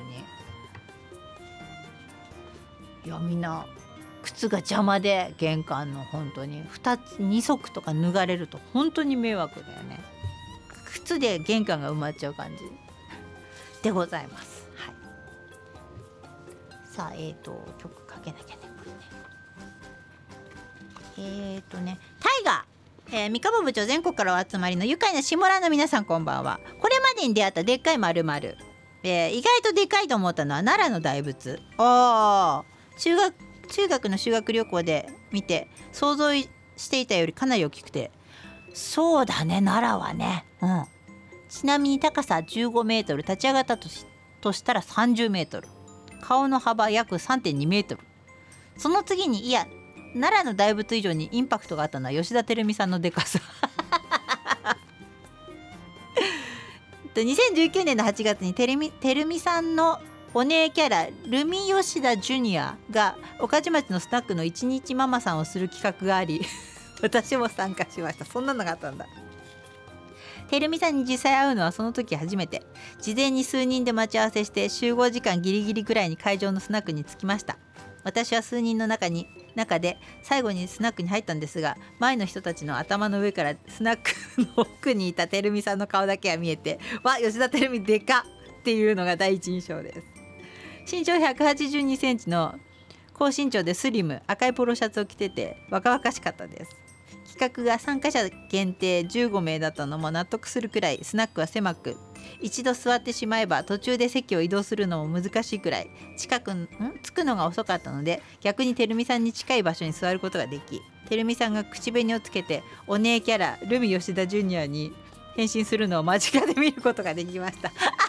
Speaker 1: いやみんな靴が邪魔で玄関の本当にふたつに足とか脱がれると本当に迷惑だよね。靴で玄関が埋まっちゃう感じでございます。はい、さあえーと曲かけなきゃねこれね。えーとねタイガー、えー、三河部長全国からお集まりの愉快な下村の皆さんこんばんは。これまでに出会ったでっかい〇〇、えー、意外とでかいと思ったのは奈良の大仏。あ中学中学の修学旅行で見て想像していたよりかなり大きくて、そうだね奈良はね、うん、ちなみに高さじゅうごメートル、立ち上がったと し, としたらさんじゅうメートル、顔の幅約 さんてんにメートル、その次にいや奈良の大仏以上にインパクトがあったのは吉田照美さんのでかさにせんじゅうきゅうねんのはちがつに照美、照美さんのお姉キャラルミ吉田ジュニアが御徒町のスナックの一日ママさんをする企画があり私も参加しました。そんなのがあったんだ。照美さんに実際会うのはその時初めて。事前に数人で待ち合わせして集合時間ギリギリくらいに会場のスナックに着きました。私は数人の中に中で最後にスナックに入ったんですが、前の人たちの頭の上からスナックの奥にいた照美さんの顔だけが見えて、わ、吉田照美でかっていうのが第一印象です。身長ひゃくはちじゅうにセンチの高身長でスリム、赤いポロシャツを着てて若々しかったです。企画が参加者限定じゅうごめいだったのも納得するくらいスナックは狭く、一度座ってしまえば途中で席を移動するのも難しいくらい近くん着くのが遅かったので、逆に照美さんに近い場所に座ることができ、照美さんが口紅をつけてお姉キャラルミ吉田ジュニアに変身するのを間近で見ることができました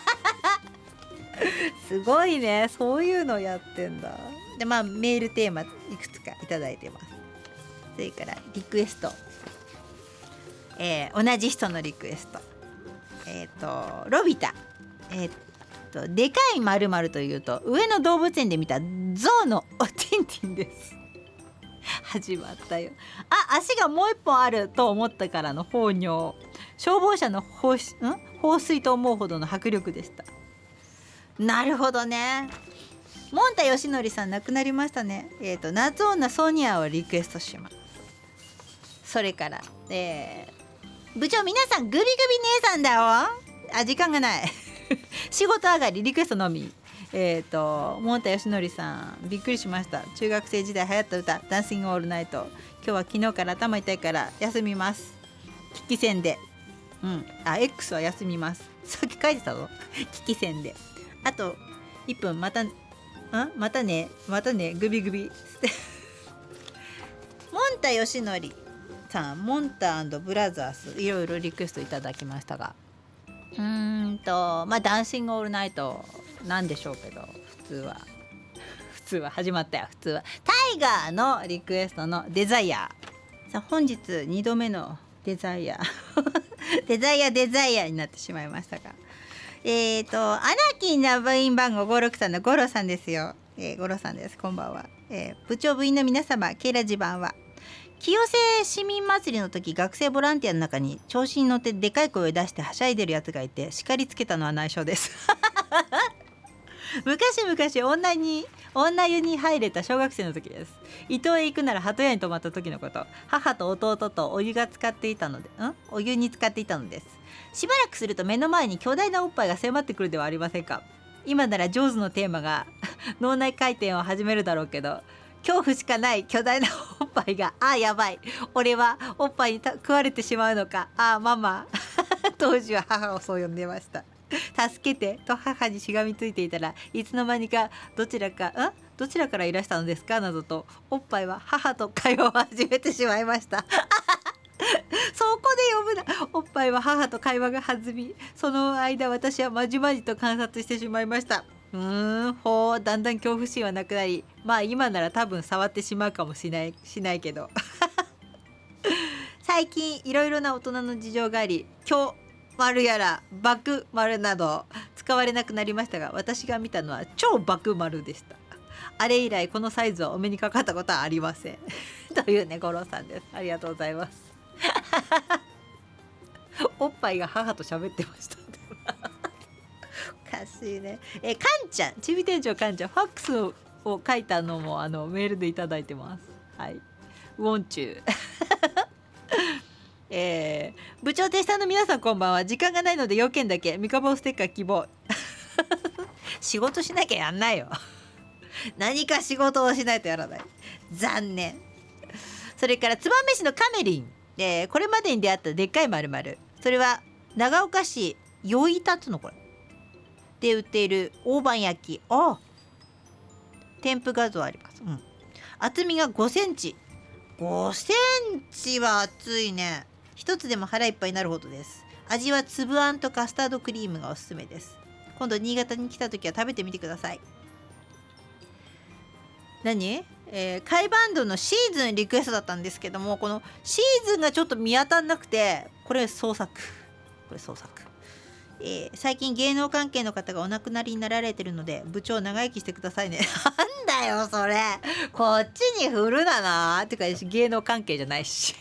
Speaker 1: すごいね、そういうのやってんだ。で、まあメールテーマいくつかいただいてます。それからリクエスト、えー、同じ人のリクエスト、えっ、ー、とロビタ、えっ、ー、とでかい〇〇というと上野動物園で見たゾウのおティンティンです始まったよ。あ、足がもう一本あると思ったからの放尿、消防車の放水、ん放水と思うほどの迫力でした。なるほどね。モンタヨシノリさん亡くなりましたね。えっ、ー、と夏女ソニアをリクエストします。それから、えー、部長皆さんグビグビ姉さんだよ。あ、時間がない仕事上がりリクエストのみ。えっ、ー、とモンタヨシノリさんびっくりしました。中学生時代流行った歌ダンシングオールナイト。今日は昨日から頭痛いから休みます。危機戦で、うん、あ X は休みます。さっき書いてたぞ危機戦で。あといっぷんまたんまたねまたねグビグビモンタヨシノリさん、モンタ&ブラザーズいろいろリクエストいただきましたが、うーんとまあダンシングオールナイトなんでしょうけど、普通は普通は始まったよ。普通はタイガーのリクエストのデザイア。さあ本日にどめのデザイアデザイアデザイアになってしまいましたが、えーとアナキンな部員番号ごろくさんのゴロさんですよ。えー、ゴロさんです。こんばんは。えー、部長部員の皆様、ケイラジ版は清瀬市民祭りの時、学生ボランティアの中に調子に乗ってでかい声を出してはしゃいでるやつがいて叱りつけたのは内緒です昔々女に女湯に入れた小学生の時です。伊東へ行くなら鳩屋に泊まった時のこと。母と弟とお湯が使っていたのでんお湯に使っていたのです。しばらくすると目の前に巨大なおっぱいが迫ってくるではありませんか。今ならジョーズのテーマが脳内回転を始めるだろうけど、恐怖しかない巨大なおっぱいが、あーやばい、俺はおっぱいに食われてしまうのか、あーママ当時は母をそう呼んでました。助けてと母にしがみついていたらいつの間にかどちらかんどちらからいらしたのですかなどとおっぱいは母と会話を始めてしまいましたそこで呼ぶな。おっぱいは母と会話が弾み、その間私はまじまじと観察してしまいました。うーんほう、だんだん恐怖心はなくなり、まあ今なら多分触ってしまうかもしれないしないけど最近いろいろな大人の事情があり、今日丸やら爆丸など使われなくなりましたが、私が見たのは超爆丸でした。あれ以来このサイズはお目にかかったことはありませんというね、五郎さんです。ありがとうございますおっぱいが母と喋ってましたおかしいね。えかんちゃん、ちび店長かんちゃん、ファックスを書いたのもあのメールでいただいてます。はい、ウォンチューえー、部長手下の皆さんこんばんは。時間がないので要件だけミカボステッカー希望仕事しなきゃやんないよ何か仕事をしないとやらない、残念。それから燕市のカメリン、えー、これまでに出会ったでっかい丸々、それは長岡市よいたつのこれで売っている大判焼き。あ添付画像あります、うん、厚みがごセンチ。ごセンチは厚いね。一つでも腹いっぱいになるほどです。味は粒あんとカスタードクリームがおすすめです。今度新潟に来た時は食べてみてください。何、ええー、甲斐バンドのシーズンリクエストだったんですけども、このシーズンがちょっと見当たんなくて、これ創作これ創作、えー、最近芸能関係の方がお亡くなりになられてるので部長長生きしてくださいねなんだよそれ、こっちに振るななってか芸能関係じゃないし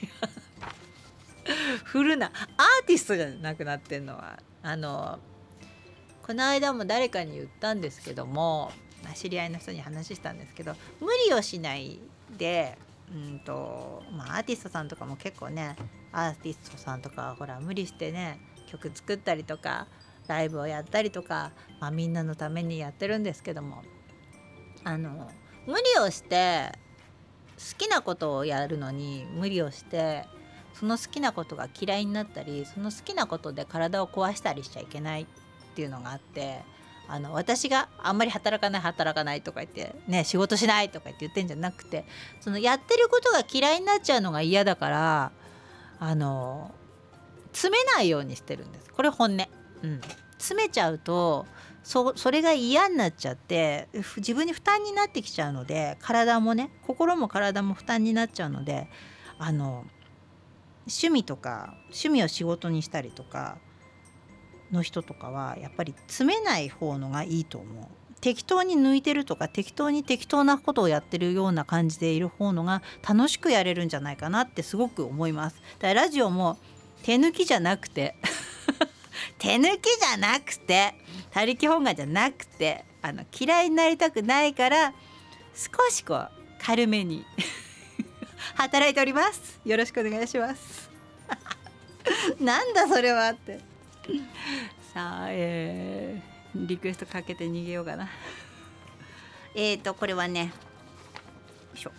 Speaker 1: 振るな、アーティストじゃなくなってんのは。あのこの間も誰かに言ったんですけども、知り合いの人に話したんですけど、無理をしないで、うんとまあ、アーティストさんとかも結構ね、アーティストさんとかほら無理してね曲作ったりとかライブをやったりとか、まあ、みんなのためにやってるんですけども、あの無理をして好きなことをやるのに無理をしてその好きなことが嫌いになったり、その好きなことで体を壊したりしちゃいけないっていうのがあって、あの私があんまり働かない働かないとか言ってね、仕事しないとか言って言ってんじゃなくて、そのやってることが嫌いになっちゃうのが嫌だから、あの詰めないようにしてるんです。これ本音、うん、詰めちゃうと そ, それが嫌になっちゃって自分に負担になってきちゃうので、体もね心も体も負担になっちゃうので、あの趣味とか趣味を仕事にしたりとかの人とかはやっぱり詰めない方のがいいと思う。適当に抜いてるとか適当に適当なことをやってるような感じでいる方のが楽しくやれるんじゃないかなってすごく思います。だからラジオも手抜きじゃなくて手抜きじゃなくて他力本願じゃなくて、あの嫌いになりたくないから少しこう軽めに働いております。よろしくお願いしますなんだそれはってさあ、えー、リクエストかけて逃げようかなえーとこれはね、よいしょ、こ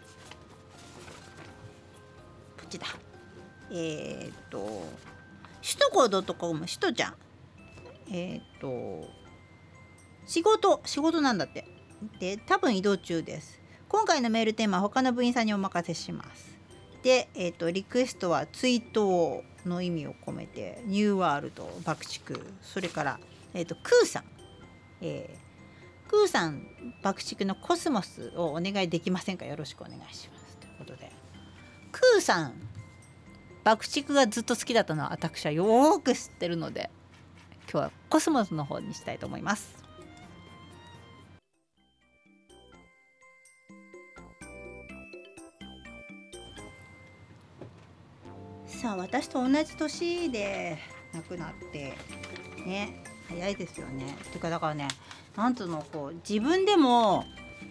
Speaker 1: っちだ。えーと首都高 .com、 首都ちゃん、えーと仕事仕事なんだって。で多分移動中です。今回のメールテーマは他の部員さんにお任せします。で、えーとリクエストは追悼の意味を込めてニューワールド爆竹、それから、えーとクーさん、えー、クーさん爆竹のコスモスをお願いできませんか、よろしくお願いしますということで、クーさん爆竹がずっと好きだったのは私はよーく知ってるので、今日はコスモスの方にしたいと思います。さあ私と同じ年で亡くなってね、早いですよね。っていうかだからね、なんつうの、こう自分でも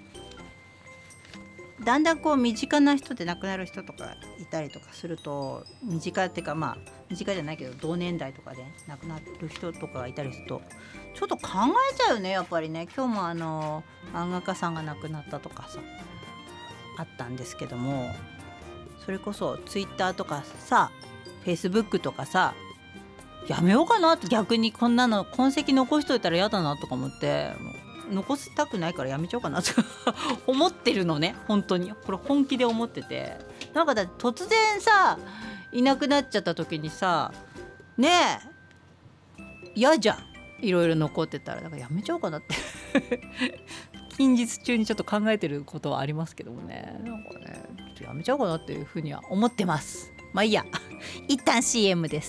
Speaker 1: だんだんこう身近な人で亡くなる人とかいたりとかすると、身近っていうかまあ身近じゃないけど同年代とかで亡くなる人とかがいたりするとちょっと考えちゃうよね、やっぱりね。今日もあの漫画家さんが亡くなったとかさあったんですけども、それこそツイッターとかさフェイスブックとかさやめようかなって、逆にこんなの痕跡残しといたら嫌だなとか思って、もう残したくないからやめちゃおうかなと思ってるのね。本当にこれ本気で思ってて、なんかだって突然さいなくなっちゃった時にさねえ嫌じゃん、いろいろ残ってたら。だからやめちゃおうかなって近日中にちょっと考えてることはありますけどもね、なんかねちょっとやめちゃおうかなっていうふうには思ってます。まあいいや一旦 シーエム です。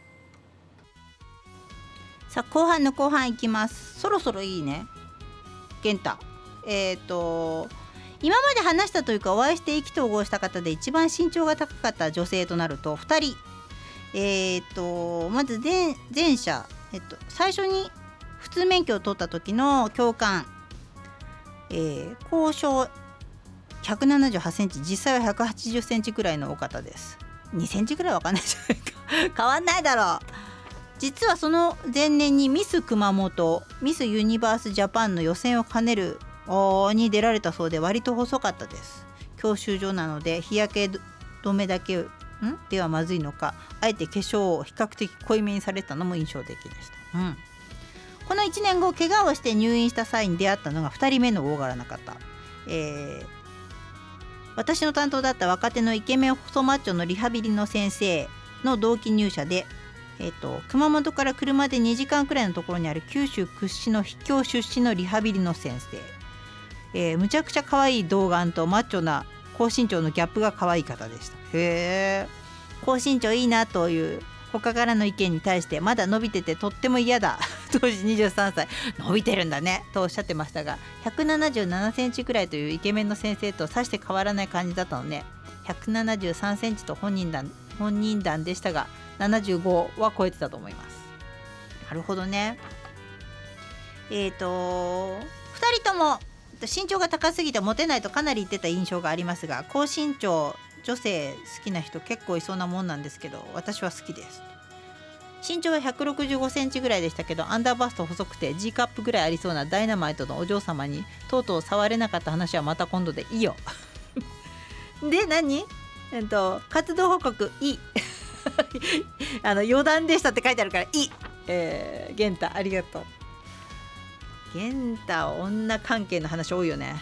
Speaker 1: さあ後半の後半いきます。そろそろいいね健太。えっと今まで話したというかお会いして意気投合した方で一番身長が高かった女性となるとふたり。えっとまず 前, 前者、えっと、最初に普通免許を取った時の教官、えー、交渉ひゃくななじゅうはちセンチ、実際はひゃくはちじゅっセンチくらいのお方です。にセンチくらいわかんないじゃないか変わんないだろう。実はその前年にミス熊本、ミスユニバースジャパンの予選を兼ねるに出られたそうで、割と細かったです。教習所なので日焼け止めだけんではまずいのか、あえて化粧を比較的濃いめにされたのも印象的でした、うん、このいちねんご怪我をして入院した際に出会ったのがふたりめの大柄な方、えー、私の担当だった若手のイケメン細マッチョのリハビリの先生の同期入社で、えーと、熊本から車でにじかんくらいのところにある九州屈指の秘境出身のリハビリの先生、 えー、むちゃくちゃ可愛い童顔とマッチョな高身長のギャップが可愛い方でした。へえ、高身長いいなという他からの意見に対して、まだ伸びててとっても嫌だ当時にじゅうさんさい、伸びてるんだねとおっしゃってましたが、ひゃくななじゅうななセンチくらいというイケメンの先生とさして変わらない感じだったのね。ひゃくななじゅうさんセンチと本人談本人談でしたが、ななじゅうごは超えてたと思います。なるほどね。えーとふたりとも身長が高すぎてモテないとかなり言ってた印象がありますが、高身長女性好きな人結構いそうなもんなんですけど、私は好きです。身長はひゃくろくじゅうごセンチぐらいでしたけど、アンダーバスト細くて G カップぐらいありそうなダイナマイトのお嬢様にとうとう触れなかった話はまた今度でいいよで何、えっと活動報告いいあの余談でしたって書いてあるからいい。えー、ゲンタありがとう。ゲンタ女関係の話多いよね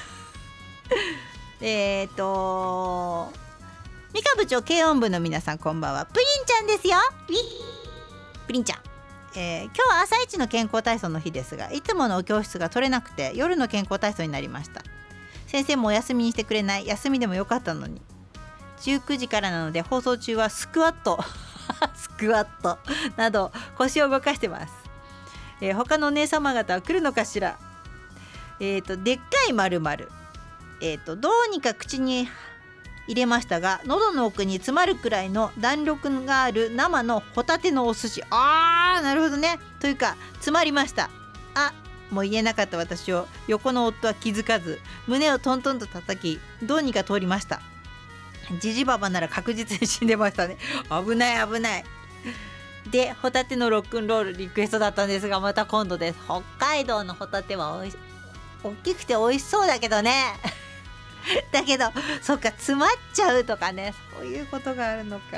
Speaker 1: えっとミカ部長軽音部の皆さんこんばんは。プリンちゃんですよ。ウィプリンちゃん、えー、今日は朝一の健康体操の日ですが、いつものお教室が取れなくて夜の健康体操になりました。先生もお休みにしてくれない。休みでもよかったのに。じゅうくじからなので放送中はスクワットスクワットなど腰を動かしてます。えー、他のお姉様方は来るのかしら。えっ、ー、とでっかい丸々、えっ、ー、とどうにか口に入れましたが、喉の奥に詰まるくらいの弾力がある生のホタテのお寿司。あーなるほどね。というか詰まりました。あもう言えなかった私を横の夫は気づかず、胸をトントンと叩きどうにか通りました。ジジババなら確実に死んでましたね。危ない危ない。でホタテのロックンロールリクエストだったんですが、また今度です。北海道のホタテはおいし大きくて美味しそうだけどねだけどそっか詰まっちゃうとかね、そういうことがあるのか。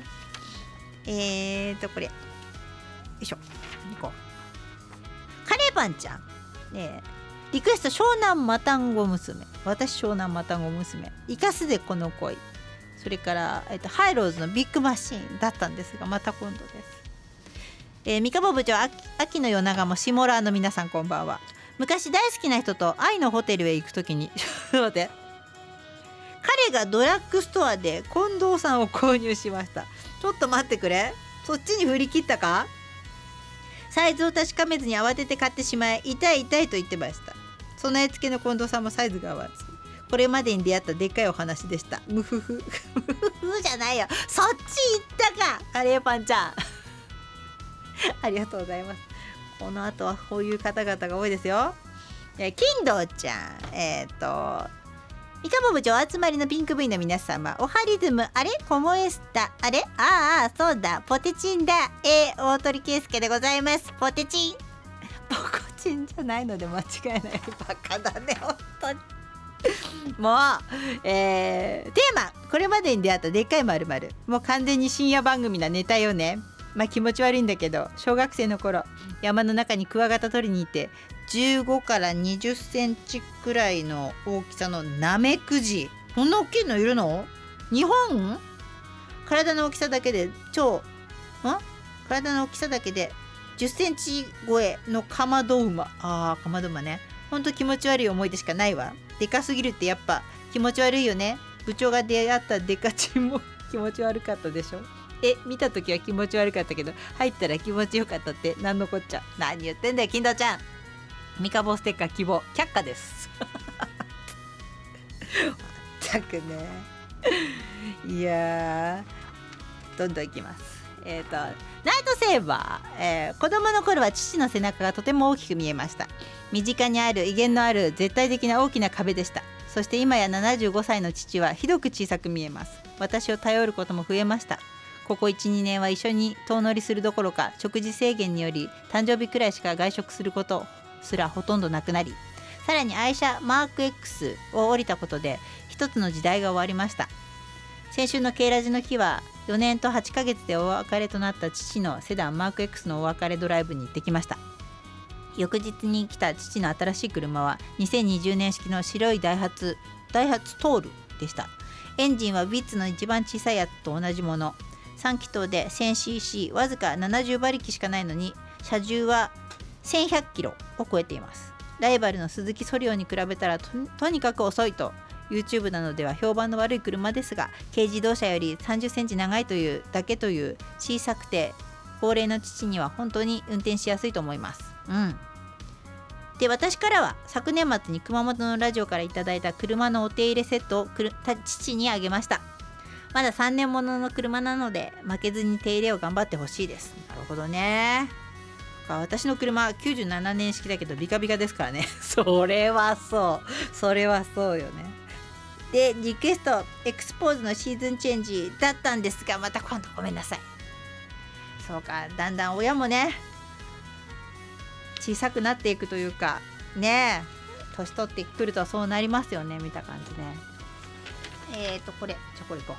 Speaker 1: えーとこれよいしょ、行こう。カレーパンちゃん、ね、リクエスト湘南マタンゴ娘。私湘南マタンゴ娘イカスでこの恋。それから、えっと、ハイローズのビッグマシーンだったんですが、また今度です。えー、三河部長秋、秋の夜長もシモラーの皆さんこんばんは。昔大好きな人と愛のホテルへ行くときに待って彼がドラッグストアで近藤さんを購入しました。ちょっと待ってくれ、そっちに振り切ったか。サイズを確かめずに慌てて買ってしまい、痛い痛いと言ってました。備え付けの近藤さんもサイズが合わず、これまでに出会ったでっかいお話でした。ムフフムフフじゃないよ、そっち行ったかカレーパンちゃんありがとうございます。この後はこういう方々が多いですよ。え金堂ちゃん、えっ、ー、と三河部長集まりのピンク V の皆様、おはリズム、あれコモエスタ、あれああそうだポテチンだ、えー、大鳥圭介でございます。ポテチンポコチンじゃないので間違いない。バカだね本当にもう、えー、テーマこれまでに出会ったでっかい〇〇、もう完全に深夜番組なネタよね。まあ気持ち悪いんだけど、小学生の頃山の中にクワガタ取りに行ってじゅうごからにじゅっセンチくらいの大きさのナメクジ、こんな大きいのいるの？日本？体の大きさだけで超ん体の大きさだけでじゅっセンチ超えのカマドウマ。あーカマドウマね、ほんと気持ち悪い思い出しかないわ。でかすぎるってやっぱ気持ち悪いよね。部長が出会ったデカチンも気持ち悪かったでしょ。え見た時は気持ち悪かったけど入ったら気持ちよかったってなんのこっちゃ。何言ってんだよ金田ちゃん。ミカボステッカー希望却下です全くねいやーどんどんいきます。えっ、ー、とナイトセーバー、えー、子供の頃は父の背中がとても大きく見えました。身近にある威厳のある絶対的な大きな壁でした。そして今やななじゅうごさいの父はひどく小さく見えます。私を頼ることも増えました。ここ いちにねんは一緒に遠乗りするどころか食事制限により誕生日くらいしか外食することすらほとんどなくなり、さらに愛車マーク X を降りたことで一つの時代が終わりました。先週のKラジの日はよねんとはちかげつでお別れとなった父のセダンマーク X のお別れドライブに行ってきました。翌日に来た父の新しい車はにせんにじゅうねん式の白いダイハツダイハツトールでした。エンジンはビッツの一番小さいやつと同じもの、さん気筒で せんシーシー わずかななじゅうばりきしかないのに車重はせんひゃくキロを超えています。 ライバルのスズキソリオに比べたら と, とにかく遅いと YouTube などでは評判の悪い車ですが、軽自動車よりさんじゅっセンチ長いというだけという小さくて高齢の父には本当に運転しやすいと思います。うん。で、私からは昨年末に熊本のラジオからいただいた車のお手入れセットを父にあげました。まださんねんものの車なので負けずに手入れを頑張ってほしいです。なるほどね。私の車きゅうじゅうななねん式だけどビカビカですからね。それはそうそれはそうよね。で、リクエストエクスポーズのシーズンチェンジだったんですが、また今度ごめんなさい。そうか、だんだん親もね小さくなっていくというかね、年取ってくるとそうなりますよね。見た感じね。えーとこれじゃこれいこう。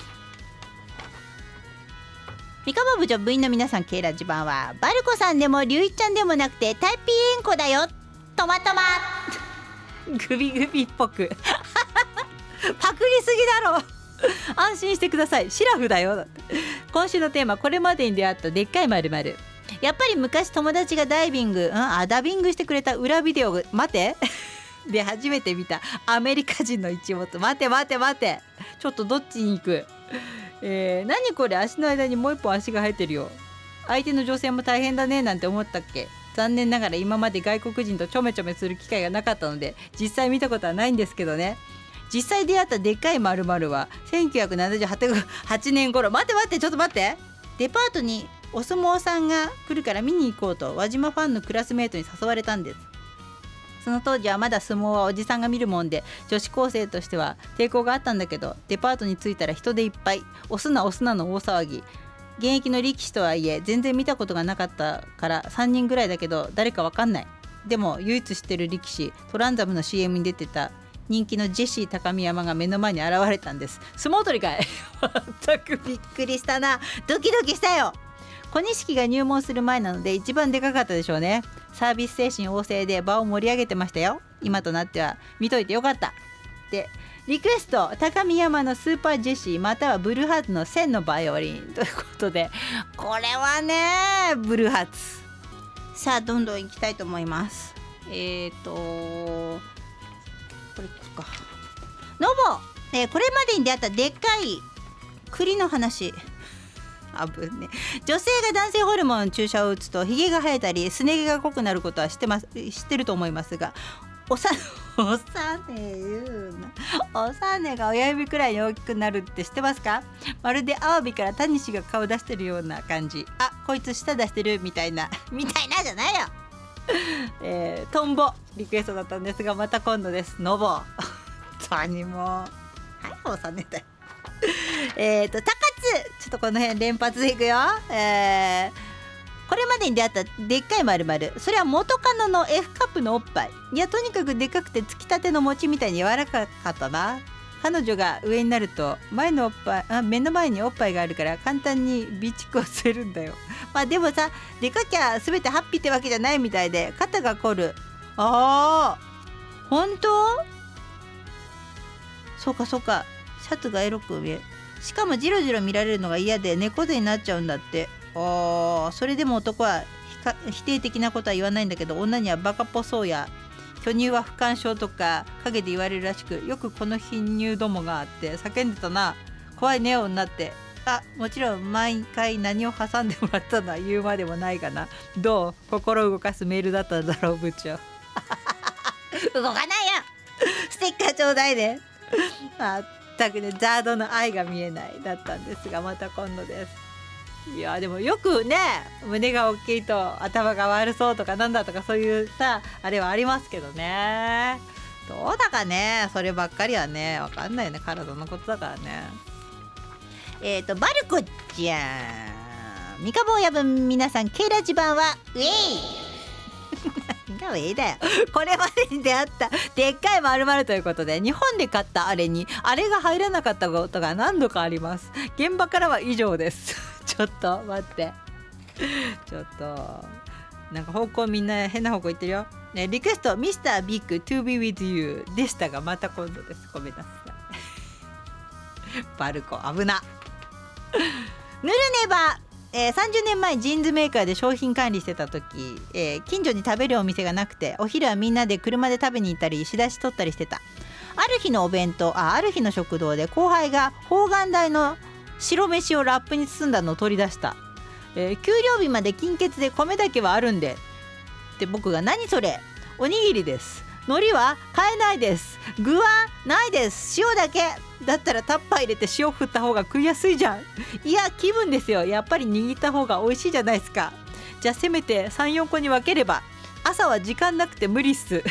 Speaker 1: 三河部長部員の皆さん、ケイラジ版はバルコさんでもリュウイちゃんでもなくてタイピーエンコだよ。トマトマグビグビっぽくパクリすぎだろ安心してください、シラフだよ。だって今週のテーマ、これまでに出会ったでっかい〇〇。やっぱり昔友達がダイビング、うん、あダビングしてくれた裏ビデオ、待てで初めて見たアメリカ人の一物。待て待て待て、ちょっとどっちに行く、えー、何これ、足の間にもう一本足が生えてるよ。相手の女性も大変だねなんて思ったっけ。残念ながら今まで外国人とちょめちょめする機会がなかったので実際見たことはないんですけどね。実際出会ったでっかい〇〇はせんきゅうひゃくななじゅうはちねん頃。待って待ってちょっと待って、デパートにお相撲さんが来るから見に行こうと輪島ファンのクラスメートに誘われたんです。その当時はまだ相撲はおじさんが見るもんで女子高生としては抵抗があったんだけど、デパートに着いたら人でいっぱい、押すな押すなの大騒ぎ。現役の力士とはいえ全然見たことがなかったからさんにんぐらいだけど誰かわかんない。でも唯一知ってる力士、トランザムの シーエム に出てた人気のジェシー高見山が目の前に現れたんです。相撲取りかい全くびっくりしたな、ドキドキしたよ。小錦が入門する前なので一番でかかったでしょうね。サービス精神旺盛で場を盛り上げてましたよ。今となっては見といてよかった。で、リクエスト高見山のスーパージェシーまたはブルーハーツの線のバイオリンということで、これはねブルーハーツ。さあどんどんいきたいと思います。えーとこれかノボ、えー、これまでに出会ったでっかい栗の話。あぶね、女性が男性ホルモン注射を打つとひげが生えたりすね毛が濃くなることは知ってます、知ってると思いますが、おさおさね言うな、おさねが親指くらいに大きくなるって知ってますか。まるでアワビからタニシが顔出してるような感じ。あ、こいつ舌出してるみたいなみたいなじゃないよえー、トンボリクエストだったんですがまた今度です。ノボ何もはいおさねだよえっと高津、ちょっとこの辺連発でいくよ。えー、これまでに出会ったでっかい〇〇、それは元カノの F カップのおっぱい。いやとにかくでかくてつきたての餅みたいに柔らかかったな。彼女が上になると前のおっぱいあ目の前におっぱいがあるから簡単に備蓄をするんだよ。まあでもさ、でかきゃ全てハッピーってわけじゃないみたいで肩が凝る。あー本当？そうかそうか、シャツがエロく見える。しかもジロジロ見られるのが嫌で猫背になっちゃうんだって。あそれでも男は否定的なことは言わないんだけど、女にはバカっぽそうや巨乳は不干渉とか陰で言われるらしく、よくこの貧乳どもがあって叫んでたな。怖いネオになって。あ、もちろん毎回何を挟んでもらったのは言うまでもないかな。どう心動かすメールだったんだろう部長動かないよステッカーちょうだいねまったくね、ザードの愛が見えないだったんですがまた今度です。いやでもよくね、胸が大きいと頭が悪そうとかなんだとかそういうさあれはありますけどね、どうだかね、そればっかりはねわかんないよね、体のことだからね。えっとバルコちゃん、三日坊や分皆さん、ケイラジ版はウェイ何がウェイだよこれまでに出会ったでっかい〇〇ということで、日本で買ったあれにあれが入らなかったことが何度かあります。現場からは以上ですちょっと待ってちょっとなんか方向みんな変な方向行ってるよ、ね、リクエストミスタービッグ to be with you でしたがまた今度です。ごめんなさいバルコ危なぬるねば、 えー、さんじゅうねんまえジーンズメーカーで商品管理してた時、えー、近所に食べるお店がなくてお昼はみんなで車で食べに行ったり仕出し取ったりしてた。ある日のお弁当あある日の食堂で後輩が方眼台の白飯をラップに包んだのを取り出した。えー、給料日まで金欠で米だけはあるんでって僕が何それおにぎりです海苔は買えないです具はないです塩だけだったらタッパー入れて塩振った方が食いやすいじゃんいや気分ですよやっぱり握った方が美味しいじゃないですかじゃあせめて さん,よん 個に分ければ朝は時間なくて無理っす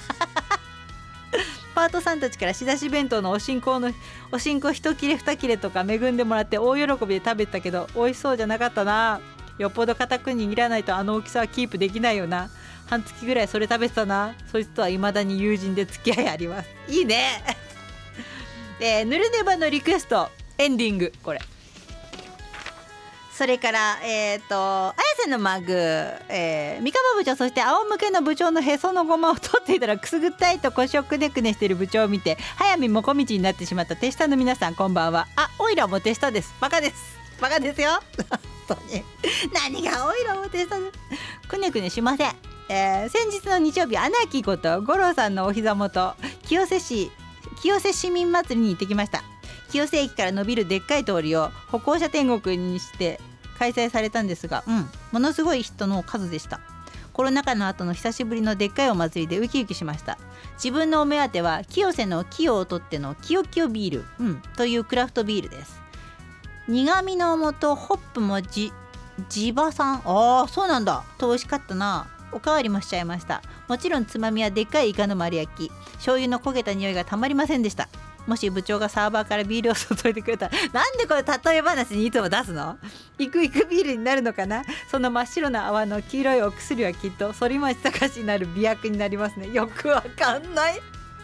Speaker 1: パートさんたちから仕出し弁当のおしんこのおしんこ一切れ二切れとか恵んでもらって大喜びで食べたけど美味しそうじゃなかったなよっぽど固く握らないとあの大きさはキープできないよな半月ぐらいそれ食べてたなそいつとは未だに友人で付き合いありますいいねえー、ぬるねばのリクエストエンディングこれそれからえっ、ー、と綾瀬のマグ、えー、三河部長そして仰向けの部長のへそのごまを取っていたらくすぐったいと腰をくねくねしている部長を見て早見もこみちになってしまった手下の皆さんこんばんはあオイラも手下ですバカですバカですよ本当に何がオイラも手下ですくねくねしません、えー、先日の日曜日アナーキーこと五郎さんのお膝元清瀬市清瀬市民祭りに行ってきました清瀬駅から伸びるでっかい通りを歩行者天国にして開催されたんですが、うん、ものすごい人の数でした。コロナ禍の後の久しぶりのでっかいお祭りでウキウキしました。自分のお目当ては清瀬の清を取っての清清ビール、うん、というクラフトビールです。苦味のもとホップもじ地場産ああそうなんだと美味しかったなおかわりもしちゃいました。もちろんつまみはでっかいイカの丸焼き醤油の焦げた匂いがたまりませんでした。もし部長がサーバーからビールを注いでくれたらなんでこれ例え話にいつも出すのイクイクビールになるのかなその真っ白な泡の黄色いお薬はきっと反町隆史になる美薬になりますねよくわかんない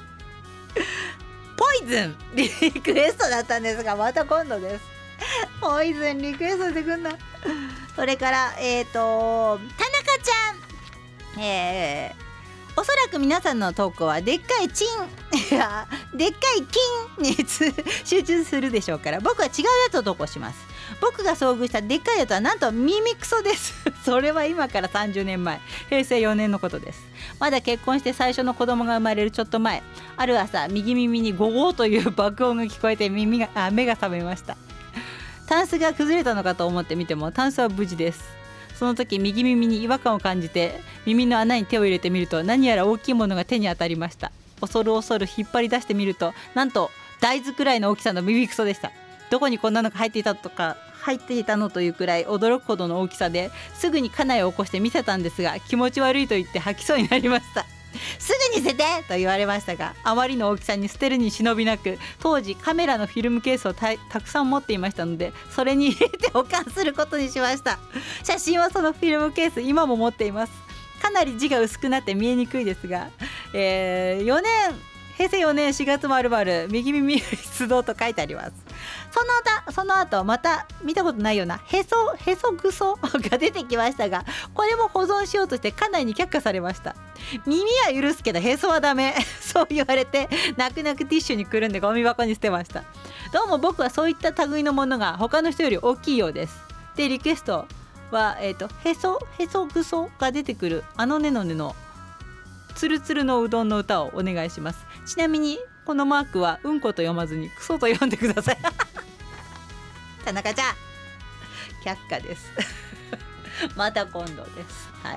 Speaker 1: ポイズンリクエストだったんですがまた今度ですポイズンリクエストしてくんなそれからえっ、ー、と田中ちゃんえーおそらく皆さんの投稿はでっかいチンいやでっかい金に集中するでしょうから僕は違うやつを投稿します。僕が遭遇したでっかいやつはなんと耳クソですそれは今からさんじゅうねんまえへいせいよねんのことです。まだ結婚して最初の子供が生まれるちょっと前ある朝右耳にゴゴーという爆音が聞こえて耳があ目が覚めました。タンスが崩れたのかと思ってみてもタンスは無事です。その時右耳に違和感を感じて耳の穴に手を入れてみると何やら大きいものが手に当たりました。恐る恐る引っ張り出してみるとなんと大豆くらいの大きさの耳クソでした。どこにこんなのが入っていたとか入っていたのというくらい驚くほどの大きさですぐに家内を起こして見せたんですが気持ち悪いと言って吐きそうになりました。すぐに捨ててと言われましたがあまりの大きさに捨てるに忍びなく当時カメラのフィルムケースを た, たくさん持っていましたのでそれに入れて保管することにしました。写真はそのフィルムケース今も持っています。かなり字が薄くなって見えにくいですが、えー、よねんへいせいよねんしがつまるまる右耳出動と書いてあります。そのだその後また見たことないようなへそへそぐそが出てきましたがこれも保存しようとして家内に却下されました。耳は許すけどへそはダメそう言われて泣く泣くティッシュにくるんでゴミ箱に捨てました。どうも僕はそういった類のものが他の人より大きいようです。でリクエストは、えーと、へそへそぐそが出てくるあのねのねのつるつるのうどんの歌をお願いします。ちなみにこのマークはうんこと読まずにクソと読んでください田中ちゃん却下ですまた今度です。はい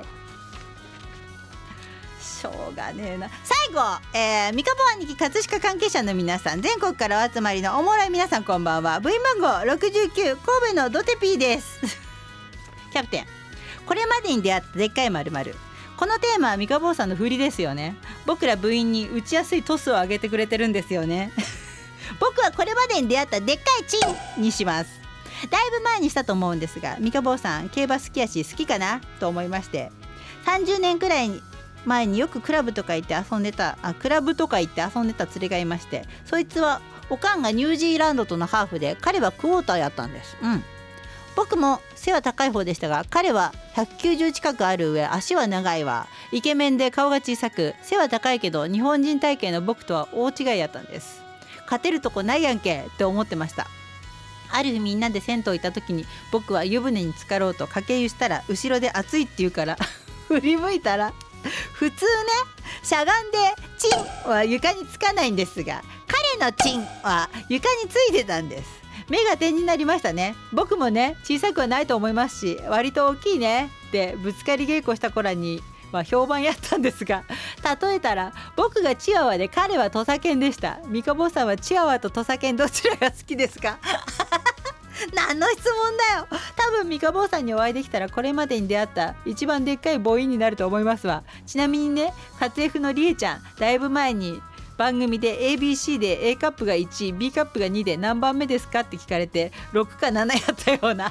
Speaker 1: しょうがねえな。最後、えー、三河兄貴葛飾関係者の皆さん全国からお集まりのおもろい皆さんこんばんは。部員番号ろくじゅうきゅう神戸のドテピーですキャプテンこれまでに出会ったでっかい〇〇このテーマは三河坊さんの振りですよね。僕ら部員に打ちやすいトスを上げてくれてるんですよね僕はこれまでに出会ったでっかいチンにします。だいぶ前にしたと思うんですが三河坊さん競馬好きやし好きかなと思いましてさんじゅうねんくらい前によくクラブとか行って遊んでたあクラブとか行って遊んでた連れがいましてそいつはおかんがニュージーランドとのハーフで彼はクォーターやったんです。うん僕も背は高い方でしたが彼はひゃくきゅうじゅう近くある上足は長いわイケメンで顔が小さく背は高いけど日本人体型の僕とは大違いやったんです。勝てるとこないやんけって思ってました。 ある日みんなで銭湯行った時に僕は湯船に浸かろうとかけ湯したら後ろで熱いって言うから振り向いたら普通ねしゃがんでチンは床につかないんですが彼のチンは床についてたんです。目が点になりましたね。僕もね小さくはないと思いますし割と大きいねってぶつかり稽古した頃には評判やったんですが例えたら僕がチワワで彼は土佐犬でした。三日坊さんはチワワと土佐犬どちらが好きですか何の質問だよ。多分三日坊さんにお会いできたらこれまでに出会った一番でっかい母音になると思いますわ。ちなみにね活 F のりえちゃんだいぶ前に番組で エービーシー で A カップがいち B カップがにで何番目ですかって聞かれてろくかななやったような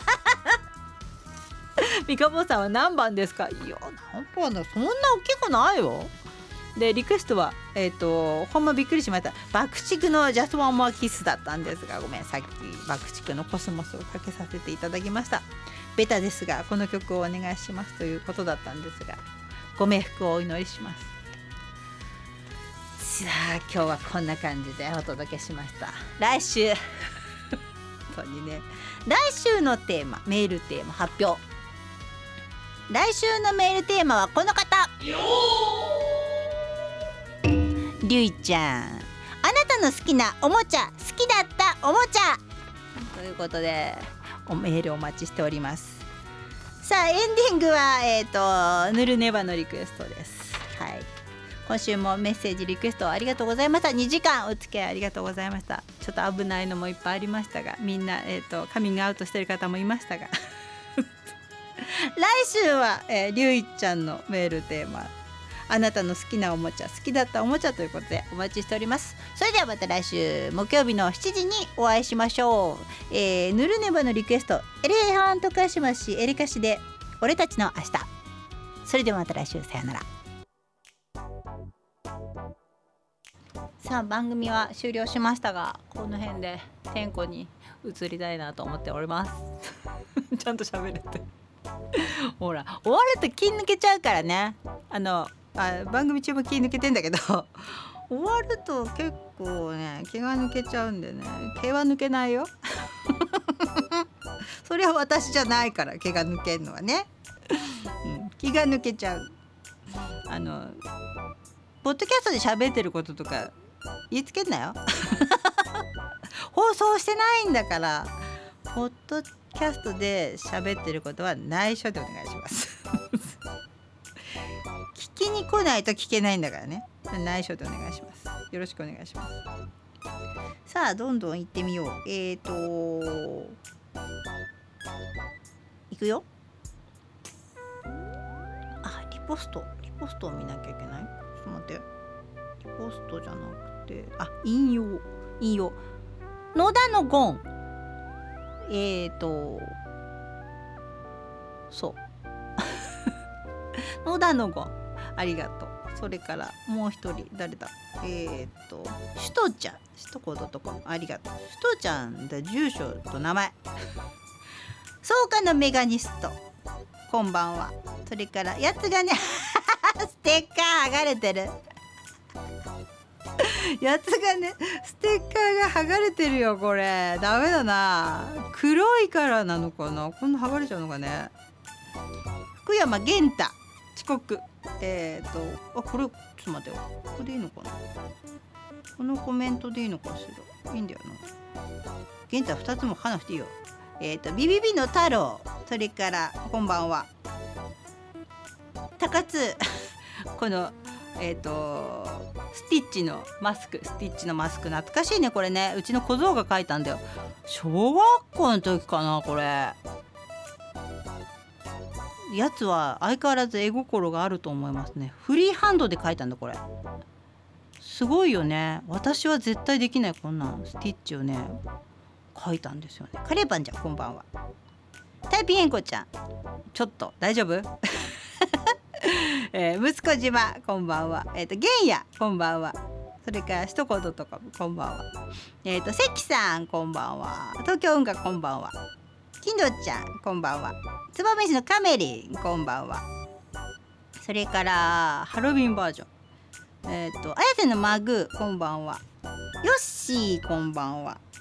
Speaker 1: 三日坊さんは何番ですか。いや何番だそんな大きくないよ。でリクエストはえっ、ー、とほんまびっくりしました。爆竹のジャストワンモアキスだったんですがごめんさっき爆竹のコスモスをかけさせていただきました。ベタですがこの曲をお願いしますということだったんですがご冥福をお祈りします。さあ今日はこんな感じでお届けしました。来週本当にね来週のテーマメールテーマ発表。来週のメールテーマはこの方りゅういちゃんあなたの好きなおもちゃ好きだったおもちゃということでおメールお待ちしております。さあエンディングはえっ、ー、とぬるねばのリクエストです。はい今週もメッセージリクエストありがとうございました。にじかんお付き合いありがとうございました。ちょっと危ないのもいっぱいありましたがみんな、えー、とカミングアウトしてる方もいましたが来週は、えー、りゅういちゃんのメールテーマあなたの好きなおもちゃ好きだったおもちゃということでお待ちしております。それではまた来週木曜日のしちじにお会いしましょう。えー、ぬるねばのリクエストエレファントカシマシエレカシで俺たちの明日。それではまた来週さよなら。さあ番組は終了しましたがこの辺で天候に移りたいなと思っておりますちゃんと喋れてほら終わると気抜けちゃうからね。あのあ番組中も気抜けてんだけど終わると結構ね気が抜けちゃうんでね毛は抜けないよそれは私じゃないから毛が抜けるのはね、うん、気が抜けちゃう。あのポッドキャストで喋ってることとか言いつけんなよ放送してないんだからポッドキャストで喋ってることは内緒でお願いします聞きに来ないと聞けないんだからね内緒でお願いします。よろしくお願いします。さあどんどん行ってみよう。えーといくよ。あリポストリポストを見なきゃいけない。ちょっと待ってリポストじゃなくてあ引用引用野田のゴンえーとそう野田のゴンありがとう。それからもう一人誰だえーとしゅとちゃんしゅとこ .com ありがとう。しゅとちゃんで住所と名前そうかのメガニストこんばんは。それからやつがねステッカー剥がれてるやつがねステッカーが剥がれてるよ。これダメだな。黒いからなのかな。こんな剥がれちゃうのかね。福山源太遅刻えっ、ー、とあこれちょっと待ってよこれでいいのかな。このコメントでいいのかしら。いいんだよな。源太ふたつも書かなくていいよ。えっ、ー、とビビビの太郎それからこんばんは高津このえっ、ー、とスティッチのマスクスティッチのマスク懐かしいね。これねうちの小僧が描いたんだよ。小学校の時かなこれ。やつは相変わらず絵心があると思いますね。フリーハンドで描いたんだこれ。すごいよね。私は絶対できないこんなスティッチをね描いたんですよね。カレーパンちゃんこんばんは。タイピエンコちゃんちょっと大丈夫えー、息子島こんばんは。えっ、ー、とゲンヤこんばんは。それから一言とかこんばんは。えっ、ー、と関さんこんばんは。東京運河こんばんは。金ドちゃんこんばんは。つばめしのカメリンこんばんは。それからハロウィンバージョンえっ、ー、と綾瀬のマグこんばんは。ヨッシーこんばんは。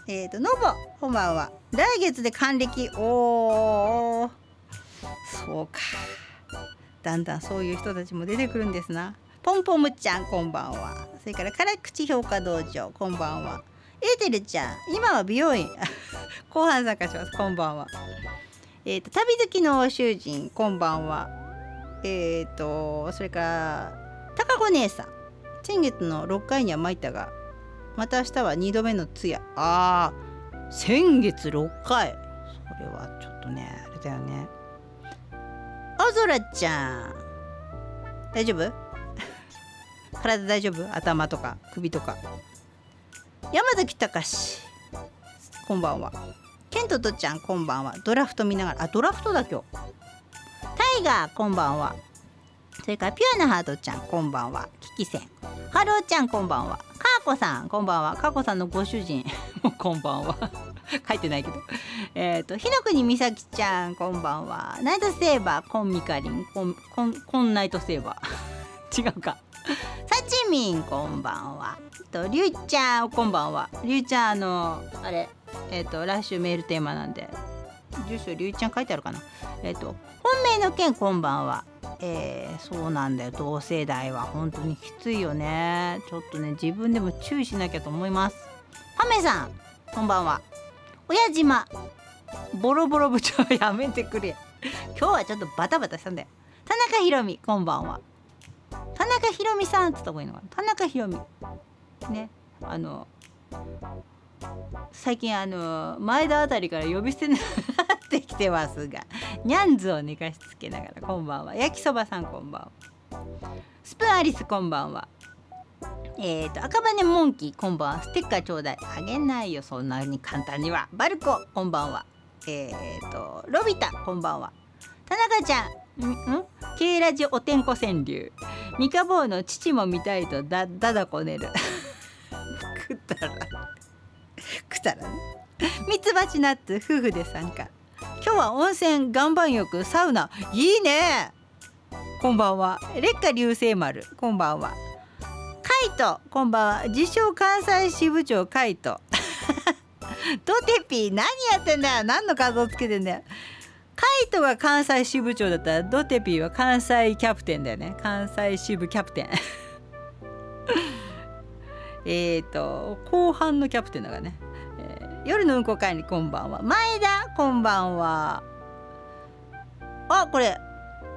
Speaker 1: えっ、ー、とノボこんばんは。来月で還暦。おーそうか、だんだんそういう人たちも出てくるんですな。ポンポムちゃんこんばんは。それから辛口評価道場こんばんは。エーテルちゃん今は美容院後半参加します。こんばんは。えっ、ー、と旅好きの欧州人こんばんは。えっ、ー、とそれから高子姉さん先月のろっかいには参ったがまた明日はにどめの通夜。あー先月ろっかい、それはちょっとねあれだよね。青空ちゃん大丈夫体大丈夫、頭とか首とか。山崎隆こんばんは。ケントとちゃんこんばんは。ドラフト見ながら、あドラフトだ今日。タイガーこんばんは。それからピュアなハートちゃんこんばんは。キキセンハローちゃんこんばんは。カーコさんこんばんは。カーコさんのご主人もこんばんは書いてないけどえっと日の国美咲ちゃんこんばんは。ナイトセーバーコンミカリンコンコンコンナイトセーバー違うか。サチミンこんばんは。とりゅうちゃんこんばんは。りゅうちゃんあのあれえっ、ー、と来週メールテーマなんで住所りゅうちゃん書いてあるかな。えっ、ー、と本命の件こんばんは。えー、そうなんだよ、同世代は本当にきついよね。ちょっとね自分でも注意しなきゃと思います。パメさんこんばんは。親島ボロボロ部長やめてくれ今日はちょっとバタバタしたんだよ。田中ひろみこんばんは。田中ひろみさんって言った方がいいのかな。田中ひろみね、あの最近あの前田あたりから呼び捨てになってきてますがニャンズを寝かしつけながらこんばんは。焼きそばさんこんばんは。スプーンアリスこんばんは。えーと赤羽モンキーこんばんは。ステッカーちょうだい。あげないよそんなに簡単には。バルコこんばんは。えーとロビタこんばんは。田中ちゃんんん K ラジおてんこ川柳ミカボーの父も見たいとだだだこねるくったらくたらね。ミツバチナッツ夫婦で参加。今日は温泉岩盤浴サウナいいね。こんばんは。烈火流星丸こんばんは。カイトこんばんは。自称関西支部長カイトドテピー何やってんだよ、何の画像つけてんだよ。カイトが関西支部長だったらドテピーは関西キャプテンだよね。関西支部キャプテンえっと後半のキャプテンだからね、えー、夜のうんこ会にこんばんは。前田こんばんは。あこれ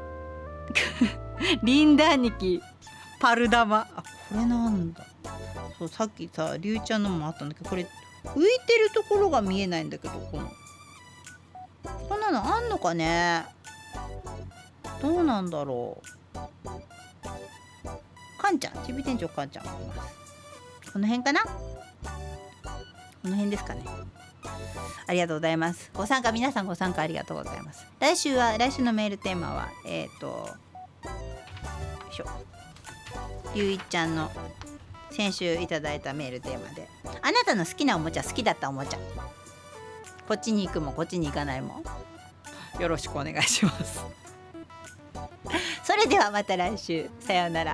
Speaker 1: リンダ兄貴パル玉、あこれなんだ。そうさっきさりゅうちゃんのもあったんだけどこれ浮いてるところが見えないんだけど、このこんなのあんのかね。どうなんだろう。かんちゃんちび店長かんちゃんいます。この辺かな、この辺ですかね。ありがとうございます。ご参加皆さんご参加ありがとうございます。来週は来週のメールテーマはえっ、ー、とよいしょゆういちゃんの先週いただいたメールテーマであなたの好きなおもちゃ、好きだったおもちゃ、こっちに行くもこっちに行かないもよろしくお願いしますそれではまた来週、さようなら。